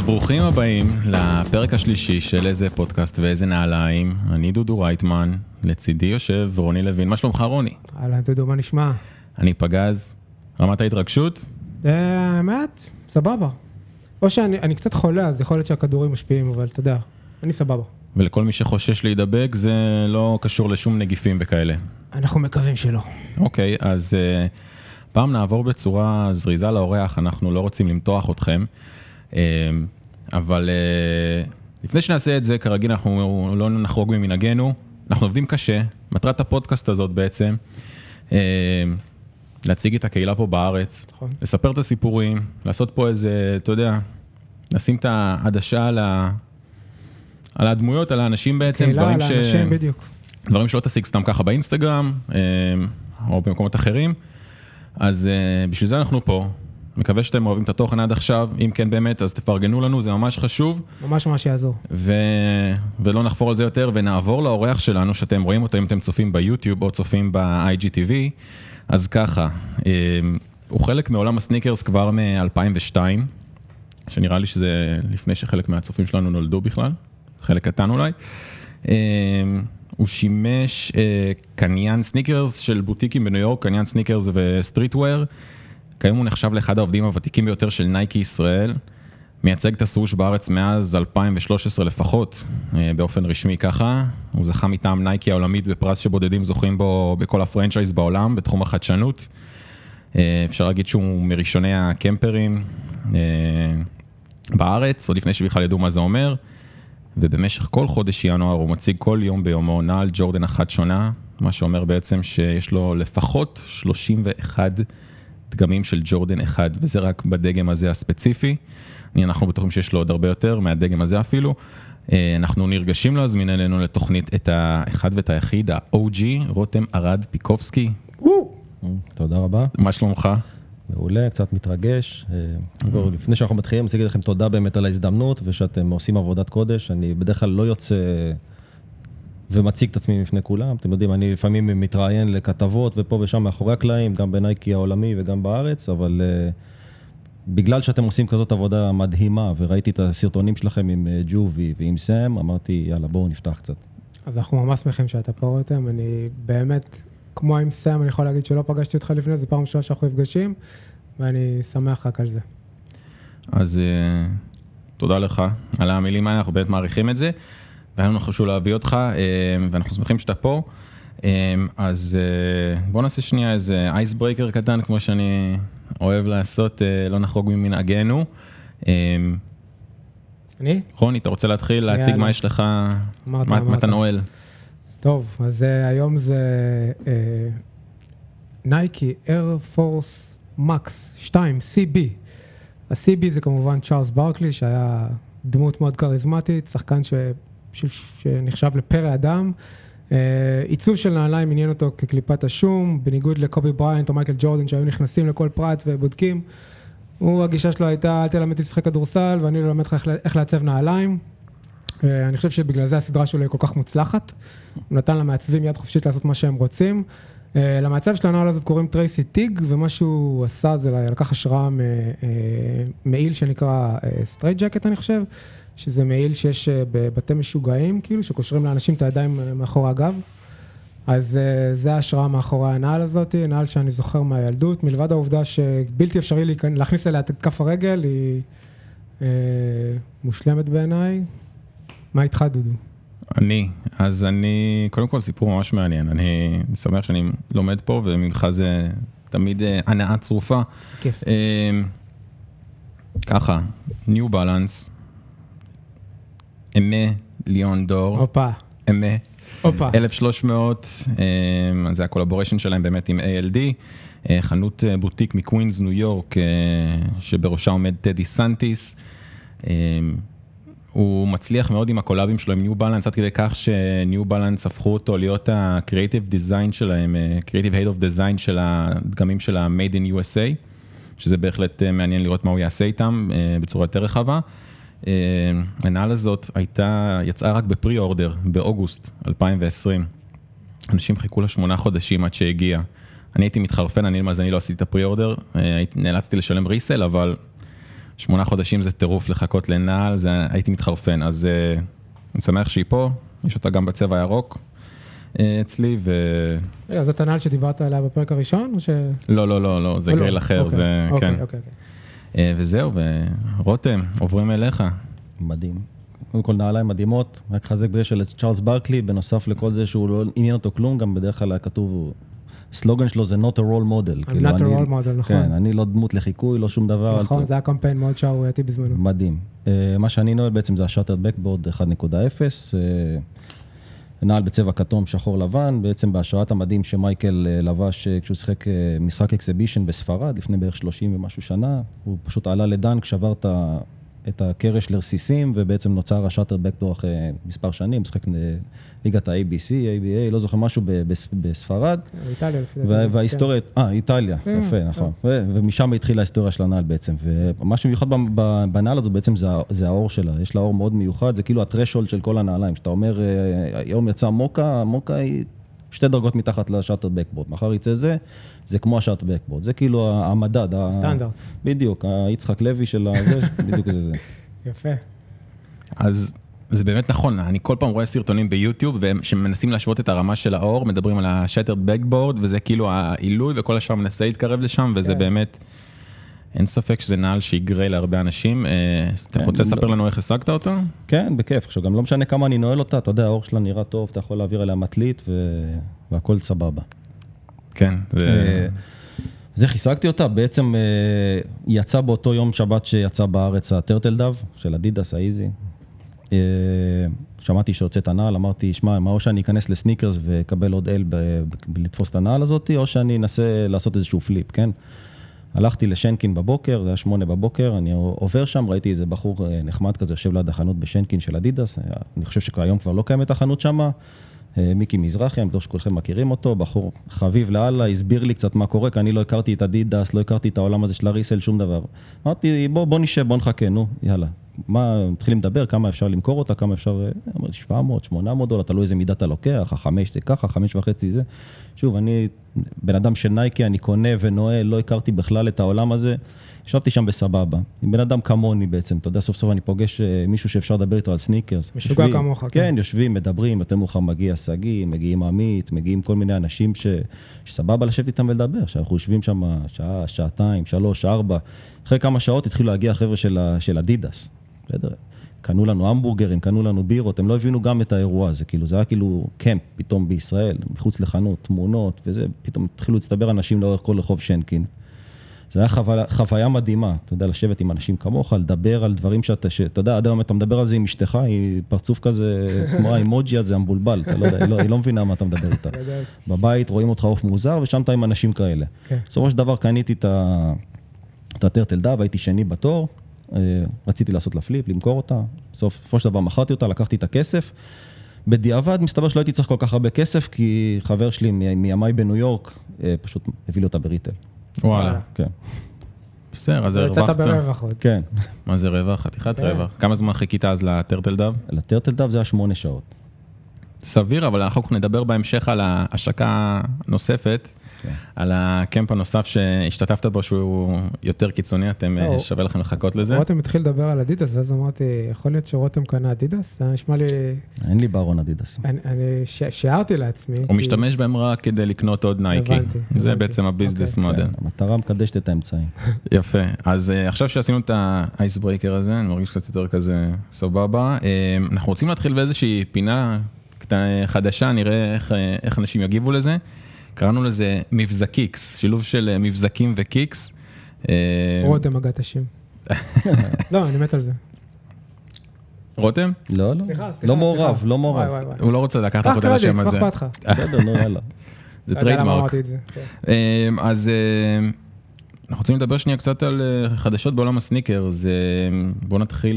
ברוכים הבאים לפרק השלישי של איזה פודקאסט ואיזה נעליים. אני דודו רייטמן, לצידי יושב רוני לוין. מה שלומך רוני? אהלן דודו, מה נשמע? אני פגז. רמת ההתרגשות? האמת, סבבה. או שאני קצת חולה, אז יכול להיות שהכדורים משפיעים, אבל אתה יודע, אני סבבה. ולכל מי שחושש להידבק, זה לא קשור לשום נגיפים וכאלה. אנחנו מקווים שלא. אוקיי, אז פעם נעבור בצורה זריזה לאורח, אנחנו לא רוצים למתוח אתכם, אבל לפני שנעשה את זה, כרגיל אנחנו לא נחרוג ממנהגנו, אנחנו עובדים קשה, מטרת הפודקאסט הזאת בעצם, להציג את הקהילה פה בארץ, נכון. לספר את הסיפורים, לעשות פה איזה, אתה יודע, לשים את העדשה על הדמויות, על האנשים בעצם, קהילה, על האנשים בדיוק. דברים שלא תשיג סתם ככה באינסטגרם, או במקומות אחרים, אז בשביל זה אנחנו פה. מקווה שאתם אוהבים את התוכן עד עכשיו, אם כן באמת, אז תפרגנו לנו, זה ממש חשוב. ממש יעזור. ולא נחפור על זה יותר, ונעבור לאורח שלנו, שאתם רואים אותו אם אתם צופים ביוטיוב, או צופים ב-IGTV, אז ככה, הוא חלק מעולם הסניקרס כבר מ-2002, שנראה לי שזה לפני שחלק מהצופים שלנו נולדו בכלל, חלק קטן אולי. הוא שימש קניין סניקרס של בוטיקים בניו יורק, קניין סניקרס וסטריטוור. כיום הוא נחשב לאחד העובדים הוותיקים ביותר של נייקי ישראל. מייצג את הסווש בארץ מאז 2013 לפחות, באופן רשמי ככה. הוא זכה מטעם נייקי העולמית בפרס שבודדים זוכים בו בכל הפרנצ'ייז בעולם, בתחום החדשנות. אפשר להגיד שהוא מראשוני הקמפרים בארץ, עוד לפני שבכלל ידעו מה זה אומר. ובמשך כל חודש ינואר הוא מציג כל יום ביומו נעל ג'ורדן אחת שונה, מה שאומר בעצם שיש לו לפחות 31 דגמים של ג'ורדן אחד, וזה רק בדגם הזה הספציפי. אנחנו בטוחים שיש לו עוד הרבה יותר, מהדגם הזה אפילו. אנחנו נרגשים להזמין אלינו לתוכנית את האחד ואת היחיד, ה-OG, רותם ארד פיקובסקי. תודה רבה. מה שלומך? מעולה, קצת מתרגש. לפני שאנחנו מתחילים, אני רוצה להגיד לכם תודה באמת על ההזדמנות, ושאתם עושים עבודת קודש. אני בדרך כלל לא יוצא ומציג את עצמי לפני כולם. אתם יודעים, אני לפעמים מתראיין לכתבות ופה ושם מאחורי הקלעים, גם בנייקי העולמי וגם בארץ, אבל בגלל שאתם עושים כזאת עבודה מדהימה, וראיתי את הסרטונים שלכם עם ג'ובי ועם סם, אמרתי, יאללה, בואו נפתח קצת. אז אנחנו ממש שמחים שאתה פה רותם. אני באמת, כמו עם סם, אני יכול להגיד שלא פגשתי אותך לפני, זה פעם ראשונה שאנחנו נפגשים, ואני שמח רק על זה. אז תודה לך על המילים האלה, אנחנו באמת מעריכים את זה. והיה לנו חשוב להביא אותך, ואנחנו שמחים שאתה פה. אז בוא נעשה שנייה איזה אייס ברייקר קטן, כמו שאני אוהב לעשות, לא נחרוג ממנהגנו. אני? רוני, אתה רוצה להתחיל להציג מה יש לך, מה אתה נועל? טוב, אז היום זה נייקי אייר פורס מקס 2 CB. ה-CB זה כמובן צ'ארלס ברקלי, שהיה דמות מאוד קריזמטית, שחקן שנחשב לפרא אדם. עיצוב של נעליים עניין אותו כקליפת השום, בניגוד לקובי בריינט או מייקל ג'ורדן שהיו נכנסים לכל פרט ובודקים. הגישה שלו הייתה, אל תלמד אותי לשחק כדורסל ואני לא אלמד לך איך לעצב נעליים. אני חושב שבגלל זה הסדרה שלו היא כל כך מוצלחת. הוא נתן למעצבים יד חופשית לעשות מה שהם רוצים. למעצב של הנעל הזאת קוראים טרייסי טיג, ומה שהוא עשה זה לקח השראה מעיל שנקרא סטרייט ג'קט אני חושב, שזה מעיל שיש בבתי משוגעים, כאילו, שקושרים לאנשים את הידיים מאחורי הגב. אז זה ההשראה מאחורי הנעל הזאת, נעל שאני זוכר מהילדות, מלבד העובדה שבלתי אפשרי להכניס אליה את כף הרגל, היא מושלמת בעיניי. מה איתך דודו? אז אני, קודם כל סיפור ממש מעניין, אני שמח שאני לומד פה, וממך זה תמיד הנאה צרופה. כיף. ככה, ניו בלנס, אמה ליאון דור. אופה. אמה. אופה. 1300, זה הקולבוריישן שלהם באמת עם ALD, חנות בוטיק מקווינס ניו יורק, שבראשה עומד טדי סנטיס. הוא מצליח מאוד עם הקולאבים שלו עם ניו בלנס, עד כדי כך שניו בלנס הפכו אותו להיות ה-Creative Design שלהם, Creative Head of Design של הדגמים של ה-Made in USA, שזה בהחלט מעניין לראות מה הוא יעשה איתם בצורה יותר רחבה. הנעל הזאת יצאה רק בפרי-אורדר, באוגוסט 2020. אנשים חיכו לה 8 חודשים עד שהגיע. אני הייתי מתחרפן, אני לא עשיתי את הפרי-אורדר, נאלצתי לשלם ריסל, אבל 8 חודשים זה טירוף לחכות לנעל, הייתי מתחרפן, אז אני שמח שהיא פה, יש אותה גם בצבע הירוק אצלי, רגע, זאת הנעל שדיברת עליה בפרק הראשון, או ש... לא, זה גריל אחר, זה, כן. וזהו, ורותם, עוברים אליך. מדהים. קודם כל נעליים מדהימות, רק חזק בגלל של צ'ארלס ברקלי, בנוסף לכל זה שהוא לא עניין אותו כלום, גם בדרך כלל היה כתוב, סלוגן שלו זה not a role model. I'm not a role model, נכון. כן, אני לא דמות לחיקוי, לא שום דבר. נכון, זה היה קמפיין מאוד שערורייתי בזמנו. מדהים. מה שאני נועל בעצם זה השאטרד בקבורד 1.0, נעל בצבע כתום, שחור לבן, בעצם בהשראת המדהים שמייקל לבש כשהוא שיחק משחק אקסיבישן בספרד, לפני בערך 30 ומשהו שנה, הוא פשוט עלה לדנק, שבר את הקרש לרסיסים, ובעצם נוצר השאטרד בקבורד אחרי מספר שנים, משחק ליגת ה-ABC, ABA, לא זוכר משהו בספרד. איטליה לפי דעתי. וההיסטוריה, איטליה, יפה, נכון. ומשם התחילה ההיסטוריה של הנעל בעצם, ומה שמיוחד בנעל הזו בעצם זה האור שלה, יש לה אור מאוד מיוחד, זה כאילו הטרשולד של כל הנעליים, שאתה אומר, היום יצא מוקה היא 2 דרגות מתחת לשאטרד בקבורד, מחר יצא זה כמו השאטרד בקבורד, זה כאילו המדד. סטנדרט. בדיוק, היצחק לוי של זה, בדיוק זה. יפה. אז זה באמת נכון, אני כל פעם רואה סרטונים ביוטיוב, שמנסים להשוות את הרמה של האור, מדברים על השאטרד בקבורד, וזה כאילו העילוי, וכל השאר מנסה להתקרב לשם, וזה באמת, אין ספק שזה נעל שיגרה להרבה אנשים. אתה רוצה לספר לנו איך השגת אותו? כן, בכיף. עכשיו, גם לא משנה כמה אני נועל אותה, אתה יודע, האור שלה נראה טוב, אתה יכול להעביר אליה מטלית, והכל סבבה. כן. אז איך השגתי אותה? בעצם יצא באותו יום שבת שיצא בארץ הטרטל דב של אדידס, האיזי. שמעתי שהוצאת הנעל, אמרתי, שמע, או שאני אכנס לסניקרס וקבל עוד אל לתפוס את הנעל הזאת, או שאני אנסה לעשות איזשהו פליפ, כן? הלכתי לשנקין בבוקר, זה היה 8 בבוקר, אני עובר שם, ראיתי איזה בחור נחמד כזה, יושב ליד החנות בשנקין של אדידס, אני חושב שהיום כבר לא קיימת החנות שם, מיקי מזרחי, אני בטוח שכולכם מכירים אותו, בחור חביב לאללה, הסביר לי קצת מה קורה, כי אני לא הכרתי את אדידס, לא הכרתי את העולם הזה של הריסל, שום דבר. אמרתי, בוא נשב, בוא נחכה, נו, יאללה. מתחילים לדבר, כמה אפשר למכור אותה, כמה אפשר, אמרתי, 700, 800 דולר, תלוי איזה מידה אתה לוקח, 5 זה ככה, 5.5 זה. שוב, אני בן אדם של נייקי, אני קונה ונועל, לא הכרתי בכלל את העולם הזה, ישבתי שם בסבבה, עם בן אדם כמוני בעצם, אתה יודע, סוף סוף אני פוגש מישהו שאפשר לדבר איתו על סניקרס. משוגע כמוך. כן, יושבים, מדברים, יותר מאוחר מגיע סגי, מגיעים עמית, מגיעים כל מיני אנשים שסבבה לשבת איתם ולדבר, שאנחנו יושבים שם שעה, שעתיים, 3, 4, אחרי כמה שעות התחילו להגיע החבר'ה של אדידס. בסדר? קנו לנו המבורגרים, קנו לנו בירות, הם לא הבינו גם את האירוע הזה, כאילו זה היה כאילו קמפ פתאום בישראל, מחוץ לחנות, תמונות וזה, פתאום התחילו להצטבר אנשים לאורך כל רחוב שנקין. זה היה חוויה מדהימה, אתה יודע, לשבת עם אנשים כמוך, לדבר על דברים אתה יודע, עד היום אתה מדבר על זה עם אשתך, היא פרצוף כזה, כמו האימוג'י הזה, המבולבל, אתה לא יודע, היא לא מבינה מה אתה מדבר איתה. בבית רואים אותך עוף מוזר, ושם אתה עם אנשים כאלה. בסופו של דבר קניתי את הטרטל דב, הייתי שני בתור, רציתי לעשות לה פליפ, למכור אותה, בסופו של דבר מכרתי אותה, לקחתי את הכסף, בדיעבד מסתבר שלא הייתי צריך כל כך הרבה כסף, כי חבר שלי מימי בניו יורק, פשוט הביא לי אותה בריטל. וואלה. כן. בסדר, אז הרווחת. יצאת ברווח עוד. כן. מה זה רווח? חתיכת רווח. כמה זמן חיכית אז לטרטל דב? לטרטל דב זה היה 8 שעות. סביר, אבל אנחנו נדבר בהמשך על ההשקה נוספת, על הקמפ הנוסף שהשתתפת בו שהוא יותר קיצוני, אתם שווה לכם לחכות לזה. רותם התחיל לדבר על אדידס, אז אמרתי, יכול להיות שרותם קנה אדידס? זה נשמע לי... אין לי ברון אדידס. אני שיערתי לעצמי. הוא משתמש בהם רק כדי לקנות עוד נייקי. זה בעצם הביזנס מודל. המטרה מקדשת את האמצעים. יפה. אז עכשיו שעשינו את האייסברייקר הזה, אני מרגיש קצת יותר כזה סבבה. אנחנו רוצים להתחיל באיזושהי פינה חדשה, נראה איך אנשים יגיבו לזה. קראנו לזה מבזקיקס, שילוב של מבזקים וקיקס. רותם הגעת השם. לא, אני מת על זה. רותם? לא, לא. סליחה. לא מעורב, לא מעורב. הוא לא רוצה לקחת לך את השם הזה. בסדר, נו, יאללה. זה טריידמרק. אז אנחנו רוצים לדבר שנייה קצת על חדשות בעולם הסניקר, אז בואו נתחיל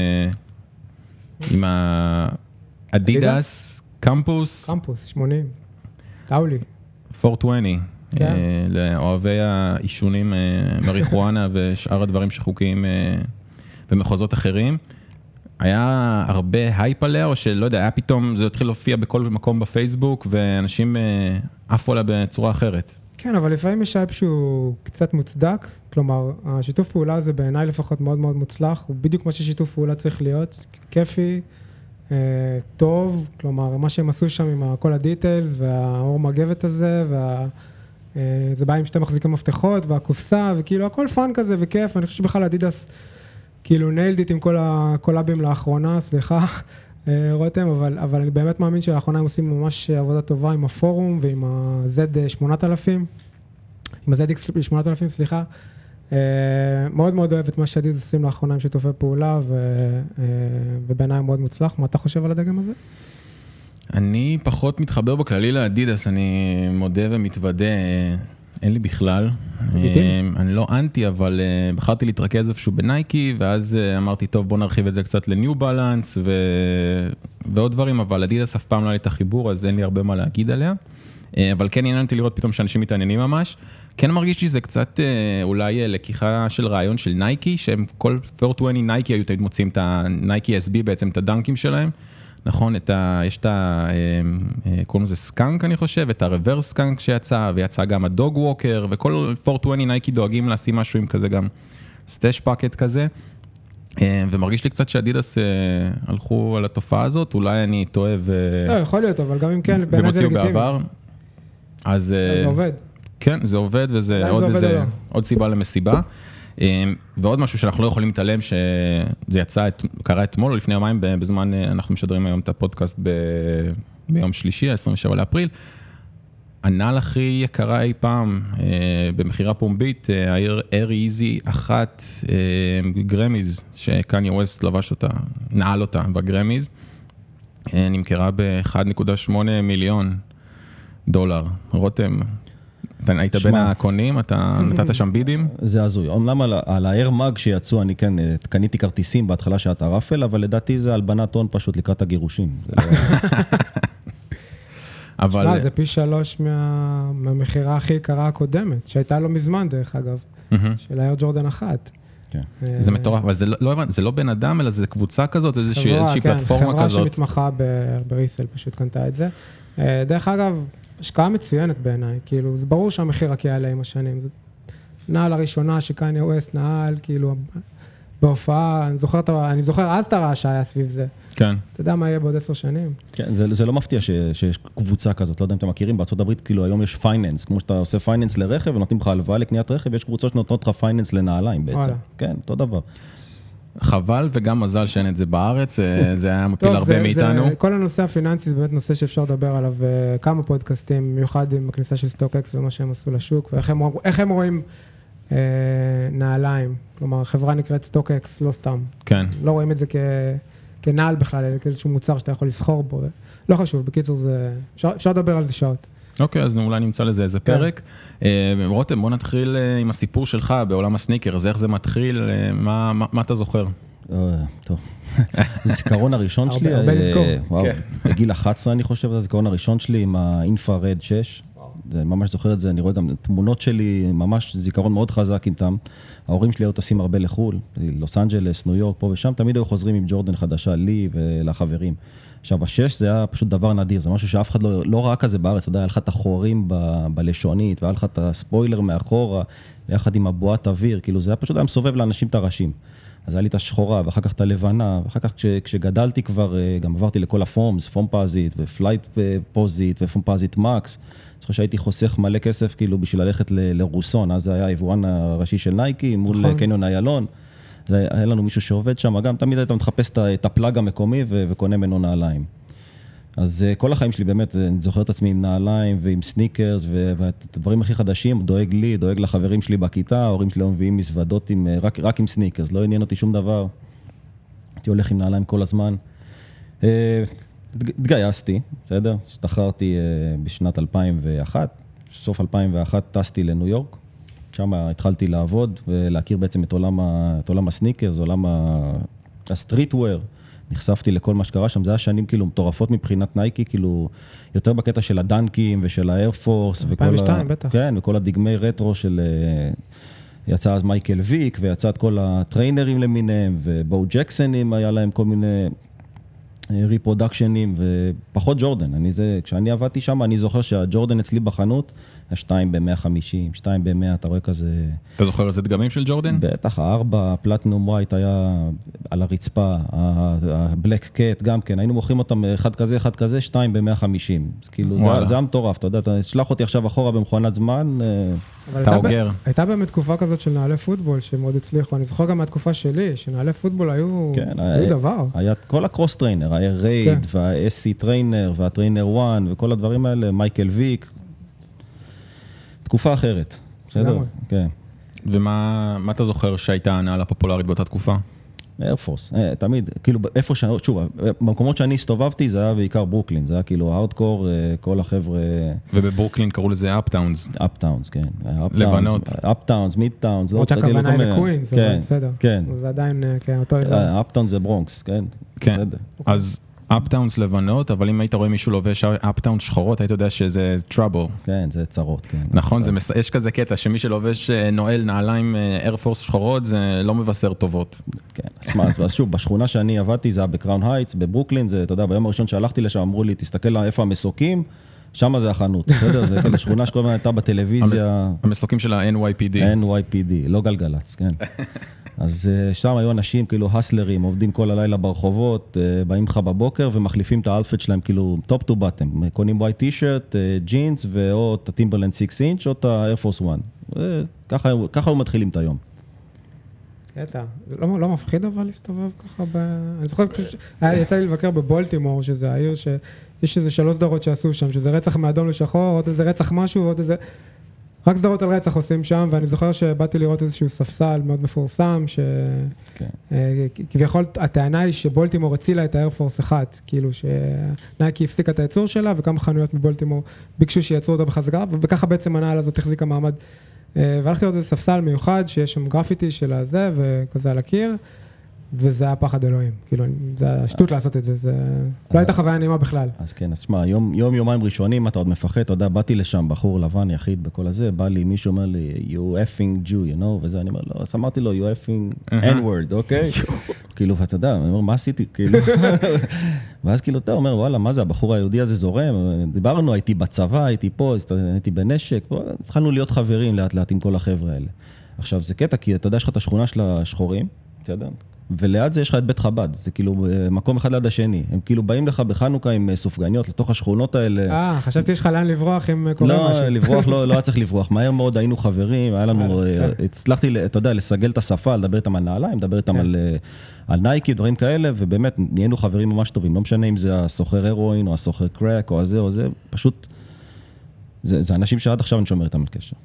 עם האדידס קמפוס. קמפוס, 80. טאולי. 420, לאוהבי האישונים, מריחואנה ושאר הדברים שחוקיים במחוזות אחרים. היה הרבה הייפ עליה, או שלא יודע, היה פתאום, זה התחיל להופיע בכל מקום בפייסבוק, ואנשים עפו עליה בצורה אחרת. כן, אבל לפעמים יש אייפ שהוא קצת מוצדק, כלומר, השיתוף פעולה הזה בעיניי לפחות מאוד מאוד מוצלח, הוא בדיוק מה ששיתוף פעולה צריך להיות, כיפי, טוב, כלומר, מה שהם עשו שם עם כל הדיטיילס והאור מגבת הזה, זה בא עם שתי מחזיקי מפתחות והקופסה, וכאילו הכל פאן כזה וכיף, אני חושב שבכלל אדידס כאילו ניילד איט עם כל הקולאבים לאחרונה, סליחה, רותם, אבל אני באמת מאמין שלאחרונה הם עושים ממש עבודה טובה עם הפורום ועם ה-Z8000, עם ה-ZX8000, סליחה. מאוד מאוד אוהב את מה שאדידס עושים לאחרונה עם שיתופי פעולה, ובעיניי מאוד מוצלח. מה אתה חושב על הדגם הזה? אני פחות מתחבר בכללי לאדידס, אני מודה ומתוודה, אין לי בכלל. אני לא אנטי, אבל בחרתי להתרכז איפשהו בנייקי, ואז אמרתי, טוב, בוא נרחיב את זה קצת לניו בלנס, ועוד דברים, אבל אדידס אף פעם לא היה לי את החיבור, אז אין לי הרבה מה להגיד עליה. אבל כן עניין אותי לראות פתאום שאנשים מתעניינים ממש. כן מרגיש לי זה קצת אולי לקיחה של רעיון של נייקי, שהם כל 420 נייקי היו תמיד מוצאים את הנייקי SB בעצם, את הדנקים שלהם. נכון, יש את קוראים לזה סקאנק אני חושב, את הרוורס סקאנק שיצא, ויצא גם הדוג ווקר, וכל 420 נייקי דואגים לשים משהו עם כזה גם סטאש פאקט כזה, ומרגיש לי קצת שאדידס הלכו על התופעה הזאת, אולי אני טועה לא, יכול להיות, אבל גם אם כן, בעיניי זה לגיטימי. בעבר, אז זה עובד. כן, זה עובד, וזה עוד סיבה למסיבה. ועוד משהו שאנחנו לא יכולים להתעלם, שזה קרה אתמול או לפני יומיים, בזמן, אנחנו משדרים היום את הפודקאסט ביום שלישי, 27 לאפריל, הנעל הכי יקרה אי פעם, במחירה פומבית, Air Easy 1 גרמיז, שקניה ווסט לבש אותה, נעל אותה בגרמיז, נמכרה ב$1.8 מיליון. רותם, אתה היית בין הקונים, אתה נתת שם בידים? זה הזוי. אומנם על ה-Air Mag שיצאו, אני כן, קניתי כרטיסים בהתחלה שאת הרפל, אבל לדעתי זה הלבנת הון פשוט לקראת הגירושים. שמע, זה פי 3 מהמחירה הכי יקרה הקודמת, שהייתה לא מזמן דרך אגב, של ה-Air Jordan 1. זה מטורף, אבל זה לא בן אדם, אלא זה קבוצה כזאת, איזושהי פלטפורמה כזאת. חברה שמתמחה בריסל פשוט קנתה את זה. דרך אגב, השקעה מצוינת בעיניי, כאילו, זה ברור שהמחיר רק יעלה עם השנים. זה נעל הראשונה שקניה ווסט נעל, כאילו, בהופעה, אני זוכר אז את הרעש שהיה סביב זה. כן. אתה יודע מה יהיה בעוד 10 שנים? כן, זה לא מפתיע שיש קבוצה כזאת, לא יודע אם אתם מכירים, בארצות הברית, כאילו, היום יש פייננס, כמו שאתה עושה פייננס לרכב, ונותנים לך הלוואה לקניית רכב, יש קבוצות שנותנות לך פייננס לנעליים בעצם. כן, אותו דבר. חבל וגם מזל שאין את זה בארץ, זה היה מפיל הרבה מאיתנו. כל הנושא הפיננסי זה באמת נושא שאפשר לדבר עליו כמה פודקאסטים, מיוחד עם הכניסה של סטוקקס ומה שהם עשו לשוק, ואיך הם רואים נעליים, כלומר, חברה נקראת סטוקקס, לא סתם. כן. לא רואים את זה כנעל בכלל, אלא כאיזשהו מוצר שאתה יכול לסחור בו. לא חשוב, בקיצור, אפשר לדבר על זה שעות. אוקיי, אז אולי נמצא לזה איזה פרק. רותם, בוא נתחיל עם הסיפור שלך בעולם הסניקר, אז איך זה מתחיל, מה אתה זוכר? טוב, הזיכרון הראשון שלי, הרבה לזכור. וואו, בגיל 11 אני חושב, זה הזיכרון הראשון שלי עם האינפרארד 6, זה ממש זוכר את זה, אני רואה גם תמונות שלי, ממש זיכרון מאוד חזק איתם, ההורים שלי היו טסים הרבה לחול, לוס אנג'לס, ניו יורק, פה ושם, תמיד היו חוזרים עם ג'ורדן חדשה, לי ולחברים. עכשיו, השש זה היה פשוט דבר נדיר, זה משהו שאף אחד לא ראה כזה בארץ, אתה יודע, היה לך את החורים בלשונית, והיה לך את הספוילר מאחורה, ביחד עם הבועת אוויר, כאילו זה היה פשוט היה מסובב לאנשים את הראשים. אז היה לי את השחורה, ואחר כך את הלבנה, ואחר כך כשגדלתי כבר, גם עברתי לכל הפורמס, פורם פאזית, ופלייט פוזית, ופורם פאזית מקס, אני חושב שהייתי חוסך מלא כסף, כאילו, בשביל ללכת לרוסון, אז זה היה היבואן הראשי של נייקי, מול קניון איילון, היה לנו מישהו שעובד שם, גם תמיד היית מחפש את הפלאג המקומי וקונה ממנו נעליים. אז כל החיים שלי באמת, אני זוכר את עצמי עם נעליים ועם סניקרס, ואת הדברים הכי חדשים, דואג לי, דואג לחברים שלי בכיתה, ההורים שלי מביאים מזוודות רק עם סניקרס, לא עניין אותי שום דבר, הייתי הולך עם נעליים כל הזמן. התגייסתי, בסדר? השתחררתי בשנת 2001, סוף 2001 טסתי לניו יורק, שם התחלתי לעבוד ולהכיר בעצם את עולם הסניקרס, עולם הסטריטוור, נחשפתי לכל מה שקרה שם, זה היה שנים כאילו מטורפות מבחינת נייקי, כאילו יותר בקטע של הדנקים ושל האיירפורס, 2002 בטח. כן, וכל הדגמי רטרו של, יצא אז מייקל ויק, ויצא את כל הטריינרים למיניהם, ובואו ג'קסונים היה להם כל מיני, ריפרודקשנים ופחות ג'ורדן. כשאני עבדתי שם, אני זוכר שהג'ורדן אצלי בחנות, היה 2 ב-150, 2 ב-100, אתה רואה כזה... אתה זוכר איזה דגמים של ג'ורדן? בטח, 4, פלטינום ווייט היה על הרצפה, הבלק קט גם כן, היינו מוכרים אותם אחד כזה, 2 ב-150. כאילו, זה היה מטורף, אתה יודע, תשלח אותי עכשיו אחורה במכונת זמן. אתה אוגר. הייתה באמת תקופה כזאת של נעלי פוטבול שמאוד הצליחו, אני זוכר גם מהתקופה שלי, שנעלי פוטבול היו דבר. היה כל הקרוס טריינר, היה רייד וה-SC טריינר והטריינר 1 וכל הדברים האלה, מייקל ויק, תקופה אחרת, בסדר? כן. ומה אתה זוכר שהייתה הנעלה פופולרית באותה תקופה? איירפורס, תמיד, כאילו איפה שוב, במקומות שאני הסתובבתי זה היה בעיקר ברוקלין, זה היה כאילו הארדקור, כל החבר'ה... ובברוקלין קראו לזה אפטאונס. אפטאונס, כן. לבנות. אפטאונס, מידטאונס. עוד שהכוונה היא לקווינס, אבל בסדר. כן. זה עדיין, כן, אותו איזה. אפטאונס זה ברונקס, כן. כן, אז... אפטאונס לבנות, אבל אם היית רואה מישהו לובש אפטאונס שחורות, היית יודע שזה טראבל. כן, זה צרות, כן. נכון, יש כזה קטע, שמי שלובש נועל נעליים איירפורס שחורות, זה לא מבשר טובות. כן, אז שוב, בשכונה שאני עבדתי, זה היה בקראון הייטס, בברוקלין, זה, אתה יודע, ביום הראשון שהלכתי לשם, אמרו לי, תסתכל איפה המסוקים, שם זה החנות, בסדר? זה כאילו שכונה שכל הזמן הייתה בטלוויזיה. המסוקים של ה-NYPD. NYPD, לא גלגלץ, כן. אז שם היו אנשים כאילו הסלרים, עובדים כל הלילה ברחובות, באים לך בבוקר ומחליפים את האלפט שלהם כאילו טופ טו בטם, קונים ווייט טי-שירט, ג'ינס ואו את הטימברלנד 6 אינץ' או את האיירפורס 1. ככה היו מתחילים את היום. קטע, זה לא מפחיד אבל להסתובב ככה אני זוכר, יצא לי לבקר בבולטימור, שזה העיר שיש איזה 3 סדרות שעשו שם, שזה רצח מאדום לשחור, עוד איזה רצח משהו, עוד איזה... רק סדרות על רצח עושים שם, ואני זוכר שבאתי לראות איזשהו ספסל מאוד מפורסם, שכביכול הטענה היא שבולטימור הצילה את האיירפורס 1, כאילו שנייקי הפסיקה את הייצור שלה, וכמה חנויות מבולטימור ביקשו שיצרו אותה בחזרה, וככה בעצם הנעל הזאת החזיקה מעמד, והלכתי לראות איזה ספסל מיוחד, שיש שם גרפיטי של הזה, וכזה על הקיר, וזה היה פחד אלוהים, כאילו, זה השטות לעשות את זה, זה לא הייתה חוויה נעימה בכלל. אז כן, אז מה, יומיים ראשונים אתה עוד מפחד, אתה יודע, באתי לשם, בחור לבן יחיד בכל הזה, בא לי, מישהו אומר לי, you effing Jew, you know, וזה, אני אומר, לא, אז אמרתי לו, you effing N-word, אוקיי? כאילו, ואתה יודע, אני אומר, מה עשיתי? כאילו, ואז כאילו, אתה אומר, וואלה, מה זה, הבחור היהודי הזה זורם, דיברנו, הייתי בצבא, הייתי פה, הייתי בנשק, התחלנו להיות חברים לאט לאט עם כל החבר'ה האלה. עכשיו, זה קטע, כי אתה יודע, יש לך את השכונה של השחורים, אתה יודע, וליד זה יש לך את בית חב"ד, זה כאילו מקום אחד ליד השני, הם כאילו באים לך בחנוכה עם סופגניות לתוך השכונות האלה. חשבתי יש לך לאן לברוח אם קורה משהו. לא, לברוח לא היה צריך לברוח, מהר מאוד היינו חברים, היה לנו, הצלחתי, אתה יודע, לסגל את השפה, לדבר איתם על נעליים, לדבר איתם על נייקי, דברים כאלה, ובאמת נהיינו חברים ממש טובים, לא משנה אם זה הסוחר הרואין או הסוחר קרק או הזה או זה, פשוט, זה אנשים שעד עכשיו אני שומר איתם על קשר.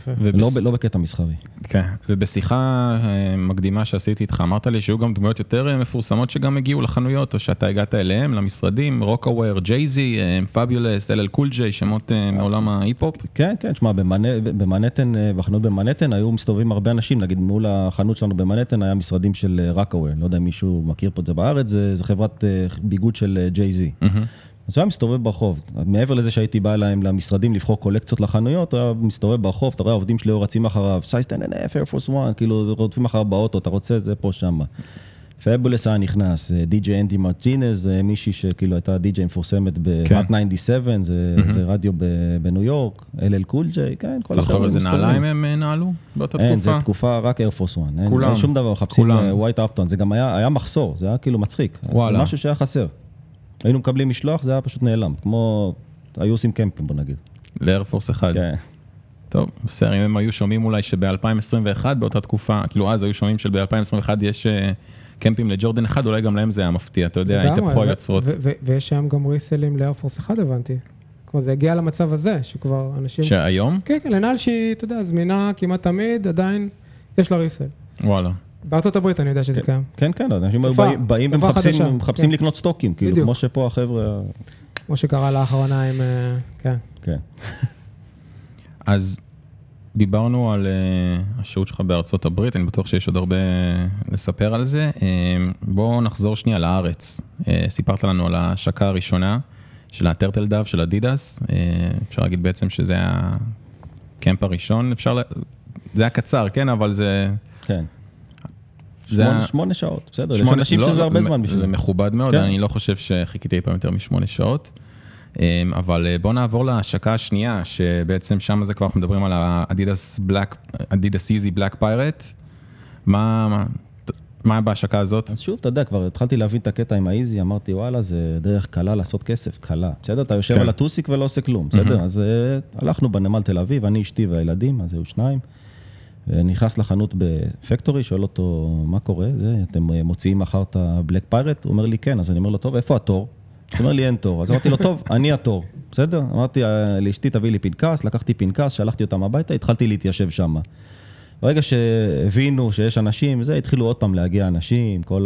לא בקטע מסחרי. כן, ובשיחה מקדימה שעשיתי איתך, אמרת לי שהיו גם דמויות יותר מפורסמות שגם הגיעו לחנויות, או שאתה הגעת אליהם, למשרדים, רוקאוור, ג'ייזי, פאביולס, LL קול ג'יי, שמות מעולם ההיפ-הופ. כן, כן, תשמע, במנהטן, בחנות במנהטן, היו מסתובבים הרבה אנשים, נגיד מול החנות שלנו במנהטן, היה משרדים של רוקאוור, לא יודע אם מישהו מכיר פה את זה בארץ, זה חברת ביגוד של ג'ייזי. אז הוא היה מסתובב ברחוב, מעבר לזה שהייתי בא אליהם למשרדים לבחור קולקציות לחנויות, הוא היה מסתובב ברחוב, אתה רואה עובדים שלי רצים אחריו, סייסטן NF, Air Force 1, כאילו רודפים אחריו באוטו, אתה רוצה זה פה שמה. פאבולס היה נכנס, די.ג'יי אנדי מרטינז, מישהי שכאילו הייתה די.ג'יי מפורסמת ב-Hot 97, זה רדיו בניו יורק, LL קול ג'יי, כן, כל הזכר איזה נעליים הם נעלו באותה תקופה? אין, זו תקופה רק Air Force 1, אין שום דבר, מחפשים ווייט אפטון, זה גם היה מחסור, זה היה כאילו מצחיק, משהו שהיה חסר. היינו מקבלים משלוח, זה היה פשוט נעלם, כמו, היו עושים קמפים, בוא נגיד. לאיירפורס 1. כן. טוב, בסדר, אם הם היו שומעים אולי שב-2021, באותה תקופה, כאילו אז היו שומעים שב-2021 יש קמפים לג'ורדן 1, אולי גם להם זה היה מפתיע, אתה יודע, התהפכו היוצרות. ויש שם גם ריסלים לאיירפורס 1, הבנתי. כלומר, זה הגיע למצב הזה, שכבר אנשים... שהיום? כן, כן, לנעל שהיא, אתה יודע, זמינה כמעט תמיד, עדיין יש לה ריסל. וואלה. בארצות הברית אני יודע שזה קיים. כן, כן, אנשים באים ומחפשים לקנות סטוקים, כאילו, כמו שפה החבר'ה... כמו שקרה לאחרונה עם... כן. כן. אז דיברנו על השהות שלך בארצות הברית, אני בטוח שיש עוד הרבה לספר על זה. בואו נחזור שנייה לארץ. סיפרת לנו על ההשקה הראשונה של הטרטל דב של אדידס. אפשר להגיד בעצם שזה הקמפ הראשון. זה היה קצר, כן, אבל זה... כן. 8 שעות, בסדר, יש אנשים שזה הרבה זמן בשביל זה מכובד מאוד, אני לא חושב שחיכיתי פעם יותר מ8 שעות, אבל בוא נעבור להשקה השנייה, שבעצם שם זה כבר אנחנו מדברים על האדידס איזי בלק פיירט, מה בהשקה הזאת? אז שוב, אתה יודע, כבר התחלתי להבין את הקטע עם האיזי, אמרתי, וואלה, זה דרך קלה לעשות כסף, קלה. בסדר, אתה יושב על הטוסיק ולא עושה כלום, בסדר? אז הלכנו בנמל תל אביב, אני, אשתי והילדים, אז היו 2, ונכנס לחנות בפקטורי, שואל אותו, מה קורה? אתם מוציאים מחר את הבלק פיירט? הוא אומר לי, כן, אז אני אומר לו, טוב, איפה התור? הוא אומר לי, אין תור. אז אמרתי לו, טוב, אני התור, בסדר? אמרתי, לאשתי תביא לי פנקס, לקחתי פנקס, שלחתי אותם הביתה, התחלתי להתיישב שם. ברגע שהבינו שיש אנשים, זה התחילו עוד פעם להגיע אנשים, כל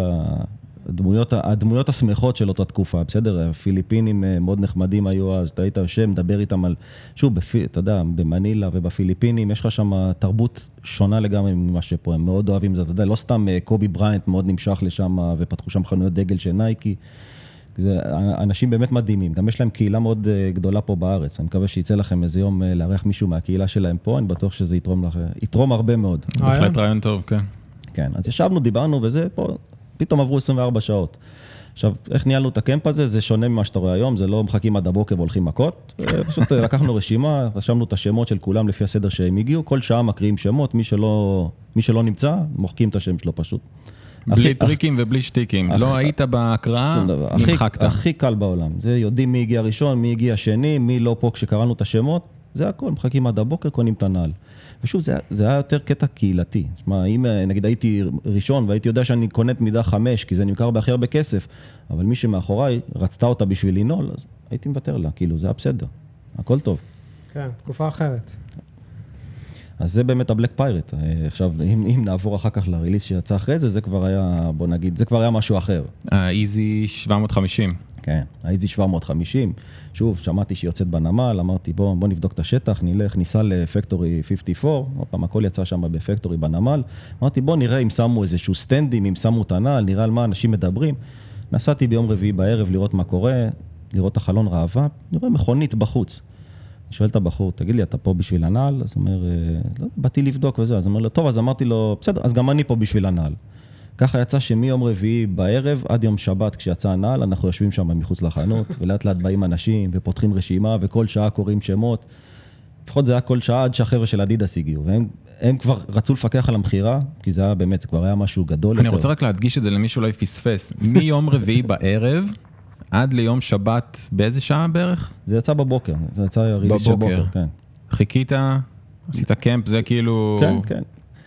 הדמויות השמחות של אותה תקופה, בסדר? הפיליפינים מאוד נחמדים היו אז, אתה היית יושב, מדבר איתם על, שוב, אתה יודע, במנילה ובפיליפינים, יש לך שם תרבות שונה לגמרי ממה שפה, הם מאוד אוהבים את זה, אתה יודע, לא סתם קובי בריינט מאוד נמשך לשם, ופתחו שם חנויות דגל של נייקי, זה אנשים באמת מדהימים, גם יש להם קהילה מאוד גדולה פה בארץ, אני מקווה שיצא לכם איזה יום לארח מישהו מהקהילה שלהם פה, אני בטוח שזה יתרום הרבה מאוד. בהחלט רעיון טוב, כן. כן, אז ישבנו, דיברנו וזה, פה פתאום עברו 24 שעות. עכשיו, איך ניהלנו את הקמפ הזה? זה שונה ממה שאתה רואה היום, זה לא מחכים עד הבוקר והולכים מכות, פשוט לקחנו רשימה, רשמנו את השמות של כולם לפי הסדר שהם הגיעו, כל שעה מקריאים שמות, מי שלא נמצא, מוחקים את השם שלו פשוט. בלי טריקים ובלי שטיקים, לא היית בהקראה, נמחקת. הכי קל בעולם, זה יודעים מי הגיע ראשון, מי הגיע שני, מי לא פה כשקראנו את השמות, זה הכל, מחכים עד הבוקר, קונים את הנעל. ושוב, זה היה יותר קטע קהילתי. שמה, אם נגיד הייתי ראשון והייתי יודע שאני קונה את מידה 5, כי זה נמכר בהכי הרבה כסף, אבל מי שמאחוריי רצתה אותה בשביל לנעול, אז הייתי מוותר לה, כאילו, זה היה בסדר. הכל טוב. כן, תקופה אחרת. אז זה באמת הבלק פיירט. עכשיו, אם נעבור אחר כך לריליס שיצא אחרי זה, זה כבר היה, בוא נגיד, זה כבר היה משהו אחר. האיזי 750. כן, האיזי 750. שוב, שמעתי שהיא יוצאת בנמל, אמרתי, בוא נבדוק את השטח, ניסע לפקטורי 54, עוד פעם, הכל יצא שם בפקטורי בנמל. אמרתי, בוא נראה אם שמו איזשהו סטנדים, אם שמו את הנעל, נראה על מה אנשים מדברים. נסעתי ביום רביעי בערב לראות מה קורה, לראות את החלון ראווה, נראה מכונית בחוץ. אני שואל את הבחור, תגיד לי, אתה פה בשביל הנעל? אז הוא אומר, לא, באתי לבדוק וזה. אז הוא אומר לו, טוב, אז אמרתי לו, בסדר, אז גם אני פה בשביל הנעל. ככה יצא שמיום רביעי בערב עד יום שבת כשיצא הנעל, אנחנו יושבים שם מחוץ לחנות, ולאט לאט באים אנשים ופותחים רשימה, וכל שעה קוראים שמות. לפחות זה היה כל שעה עד שהחבר'ה של אדידס הגיעו, והם כבר רצו לפקח על המחירה, כי זה היה באמת, זה כבר היה משהו גדול. אני רוצה רק להדגיש את זה למי שאולי פספס. מיום רביעי בערב, עד ליום שבת, באיזה שעה בערך? זה יצא בבוקר, זה יצא ריליס של בוקר, כן. חיכית, עשית קמפ, זה כאילו... כן, כן.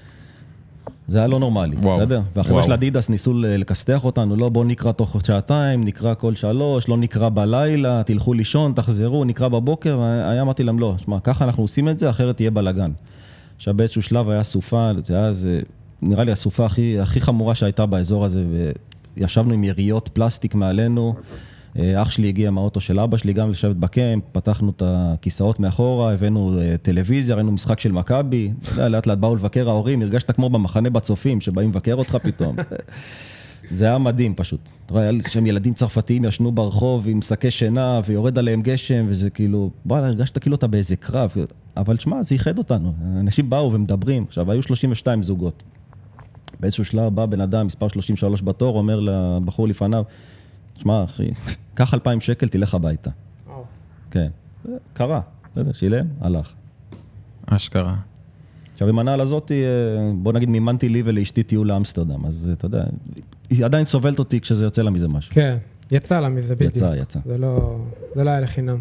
זה היה לא נורמלי, בסדר? והחבר'ה של אדידס ניסו לקסתח אותנו, לא בוא נקרא תוך שעתיים, נקרא כל 3, לא נקרא בלילה, תלכו לישון, תחזרו, נקרא בבוקר, היה אמרתי להם לא, שמה, ככה אנחנו עושים את זה, אחרת תהיה בלגן. עכשיו באיזשהו שלב היה סופה, זה נראה לי הסופה הכי חמורה שהייתה באזור הזה, וישבנו עם יריות פלסטיק מעלינו, אח שלי הגיע מהאוטו של אבא שלי גם לשבת בקמפ, פתחנו את הכיסאות מאחורה, הבאנו טלוויזיה, ראינו משחק של מכבי, לאט לאט באו לבקר ההורים, הרגשת כמו במחנה בצופים, שבאים לבקר אותך פתאום. זה היה מדהים פשוט. אתה רואה, שם ילדים צרפתיים ישנו ברחוב עם שקי שינה, ויורד עליהם גשם, וזה כאילו, הרגשת כאילו אתה באיזה קרב, אבל שמה, זה ייחד אותנו. אנשים באו ומדברים, עכשיו, היו 32 זוגות. באיזשהו שלב בא בן אדם, מספר 33 בתור, אומר לבחור לפניו, שמע, אחי, קח 2,000 שקל, תלך הביתה. כן, קרה, שילם, הלך. אשכרה. עכשיו, עם הנעל הזאת, בוא נגיד, מימנתי לי ולאשתי טיול לאמסטרדם, אז אתה יודע, היא עדיין סובלת אותי כשזה יוצא לה מזה משהו. כן, יצא לה מזה בדיוק. יצא. זה לא היה לחינם.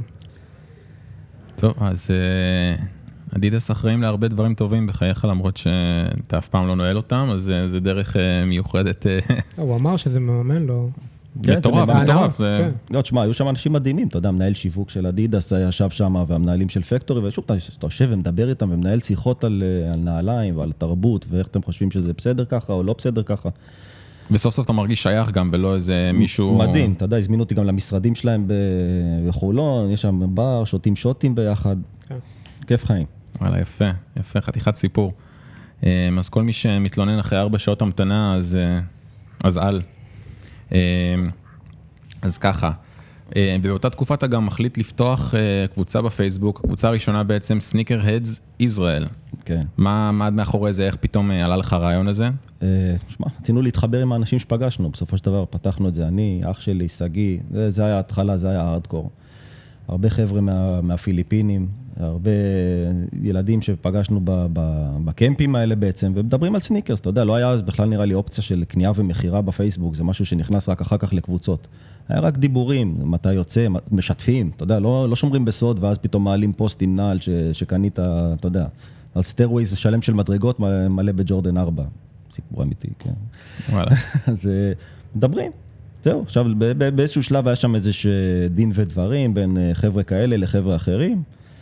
טוב, אז אדידס אחראים להרבה דברים טובים בחייך, למרות שאתה אף פעם לא נועל אותם, אז זה דרך מיוחדת. הוא אמר שזה מאמן לו. מטורף. לא, תשמע, היו שם אנשים מדהימים, אתה יודע, מנהל שיווק של אדידס ישב שם, והמנהלים של פקטורי, ושוב, אתה יושב ומדבר איתם, ומנהל שיחות על נעליים ועל תרבות, ואיך אתם חושבים שזה בסדר ככה או לא בסדר ככה. וסוף סוף אתה מרגיש שייך גם, ולא איזה מישהו... מדהים, אתה יודע, הזמינו אותי גם למשרדים שלהם בחולון, יש שם בר, שותים שוטים ביחד, כיף חיים. וואלה, יפה, חתיכת סיפור. אז כל מי שמתלונן אחרי 4 שעות המתנה, אז על. אז ככה, ובאותה תקופה אתה גם מחליט לפתוח קבוצה בפייסבוק, הקבוצה הראשונה בעצם Sneakerheads Israel. כן. מה עמד מאחורי זה, איך פתאום עלה לך הרעיון הזה? שמע, רצינו להתחבר עם האנשים שפגשנו, בסופו של דבר פתחנו את זה, אני, אח שלי, סגי, זה היה ההתחלה, זה היה הארדקור. הרבה חבר'ה מהפיליפינים, הרבה ילדים שפגשנו בקמפים האלה בעצם, ומדברים על סניקרס, אתה יודע, לא היה אז בכלל נראה לי אופציה של קנייה ומחירה בפייסבוק, זה משהו שנכנס רק אחר כך לקבוצות. היה רק דיבורים, מתי יוצא, משתפים, אתה יודע, לא שומרים בסוד, ואז פתאום מעלים פוסט עם נעל שקנית, אתה יודע, על סטיירווייז ושלם של מדרגות מלא בג'ורדן 4. סיפור אמיתי, כן. וואלה. אז מדברים. זהו, עכשיו באיזשהו שלב היה שם איזה דין ודברים בין חבר'ה כאלה לחבר'ה אחרים.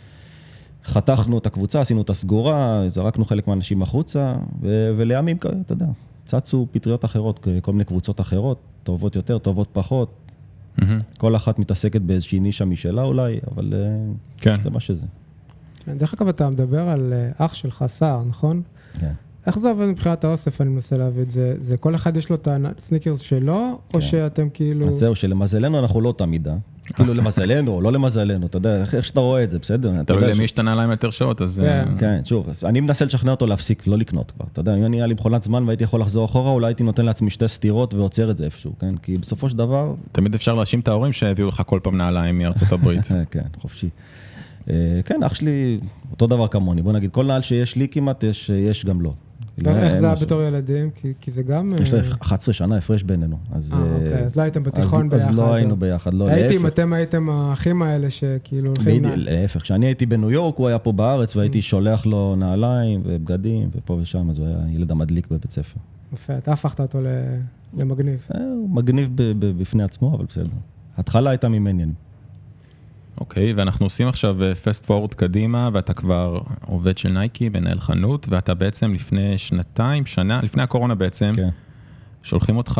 חתכנו את הקבוצה, עשינו את הסגורה, זרקנו חלק מהאנשים החוצה, ולימים, אתה יודע, צצו פטריות אחרות, כל מיני קבוצות אחרות, טובות יותר, טובות פחות. כל אחת מתעסקת באיזושהי נישה משלה אולי, אבל זה מה שזה. דרך אגב, אתה מדבר על אח שלך, סער, נכון? כן. איך זה עובד מבחינת האוסף, אני מנסה להבין? זה כל אחד יש לו את הסניקרס שלו, או שאתם כאילו... אז זהו, שלמזלנו אנחנו לא תמיד, כאילו למזלנו או לא למזלנו, אתה יודע, איך שאתה רואה את זה, בסדר? אתה לא יודע מי השתנה להם יותר שעות, אז... כן, שוב, אני מנסה לשכנע אותו להפסיק, לא לקנות כבר, אתה יודע, אם אני היה לי מכונת זמן והייתי יכול לחזור אחורה, אולי הייתי נותן לעצמי 2 סתירות ועוצר את זה איפשהו, כן? כי בסופו של דבר... תמיד אפשר להאשים את ההורים שהביאו לך כל פעם נעליים מארצות הברית. כן, חופשי. כן, אח שלי, אותו דבר כמוני, בוא נגיד, כל נעל שיש לי כמעט, יש גם לו. איך זה היה בתור ילדים? כי זה גם... יש לו 11 שנה הפרש בינינו. אוקיי, אז לא הייתם בתיכון ביחד. אז לא היינו ביחד, לא, להפך. הייתי אם אתם הייתם האחים האלה שכאילו הולכים... להפך, כשאני הייתי בניו יורק, הוא היה פה בארץ, והייתי שולח לו נעליים ובגדים, ופה ושם, אז הוא היה ילד המדליק בבית ספר. יפה, אתה הפכת אותו למגניב. הוא מגניב בפני עצמו, אבל בסדר. ההתחלה הייתה ממני. אוקיי, ואנחנו עושים עכשיו פסט פורוורד קדימה, ואתה כבר עובד של נייקי, מנהל חנות, ואתה בעצם לפני שנה, לפני הקורונה בעצם, שולחים אותך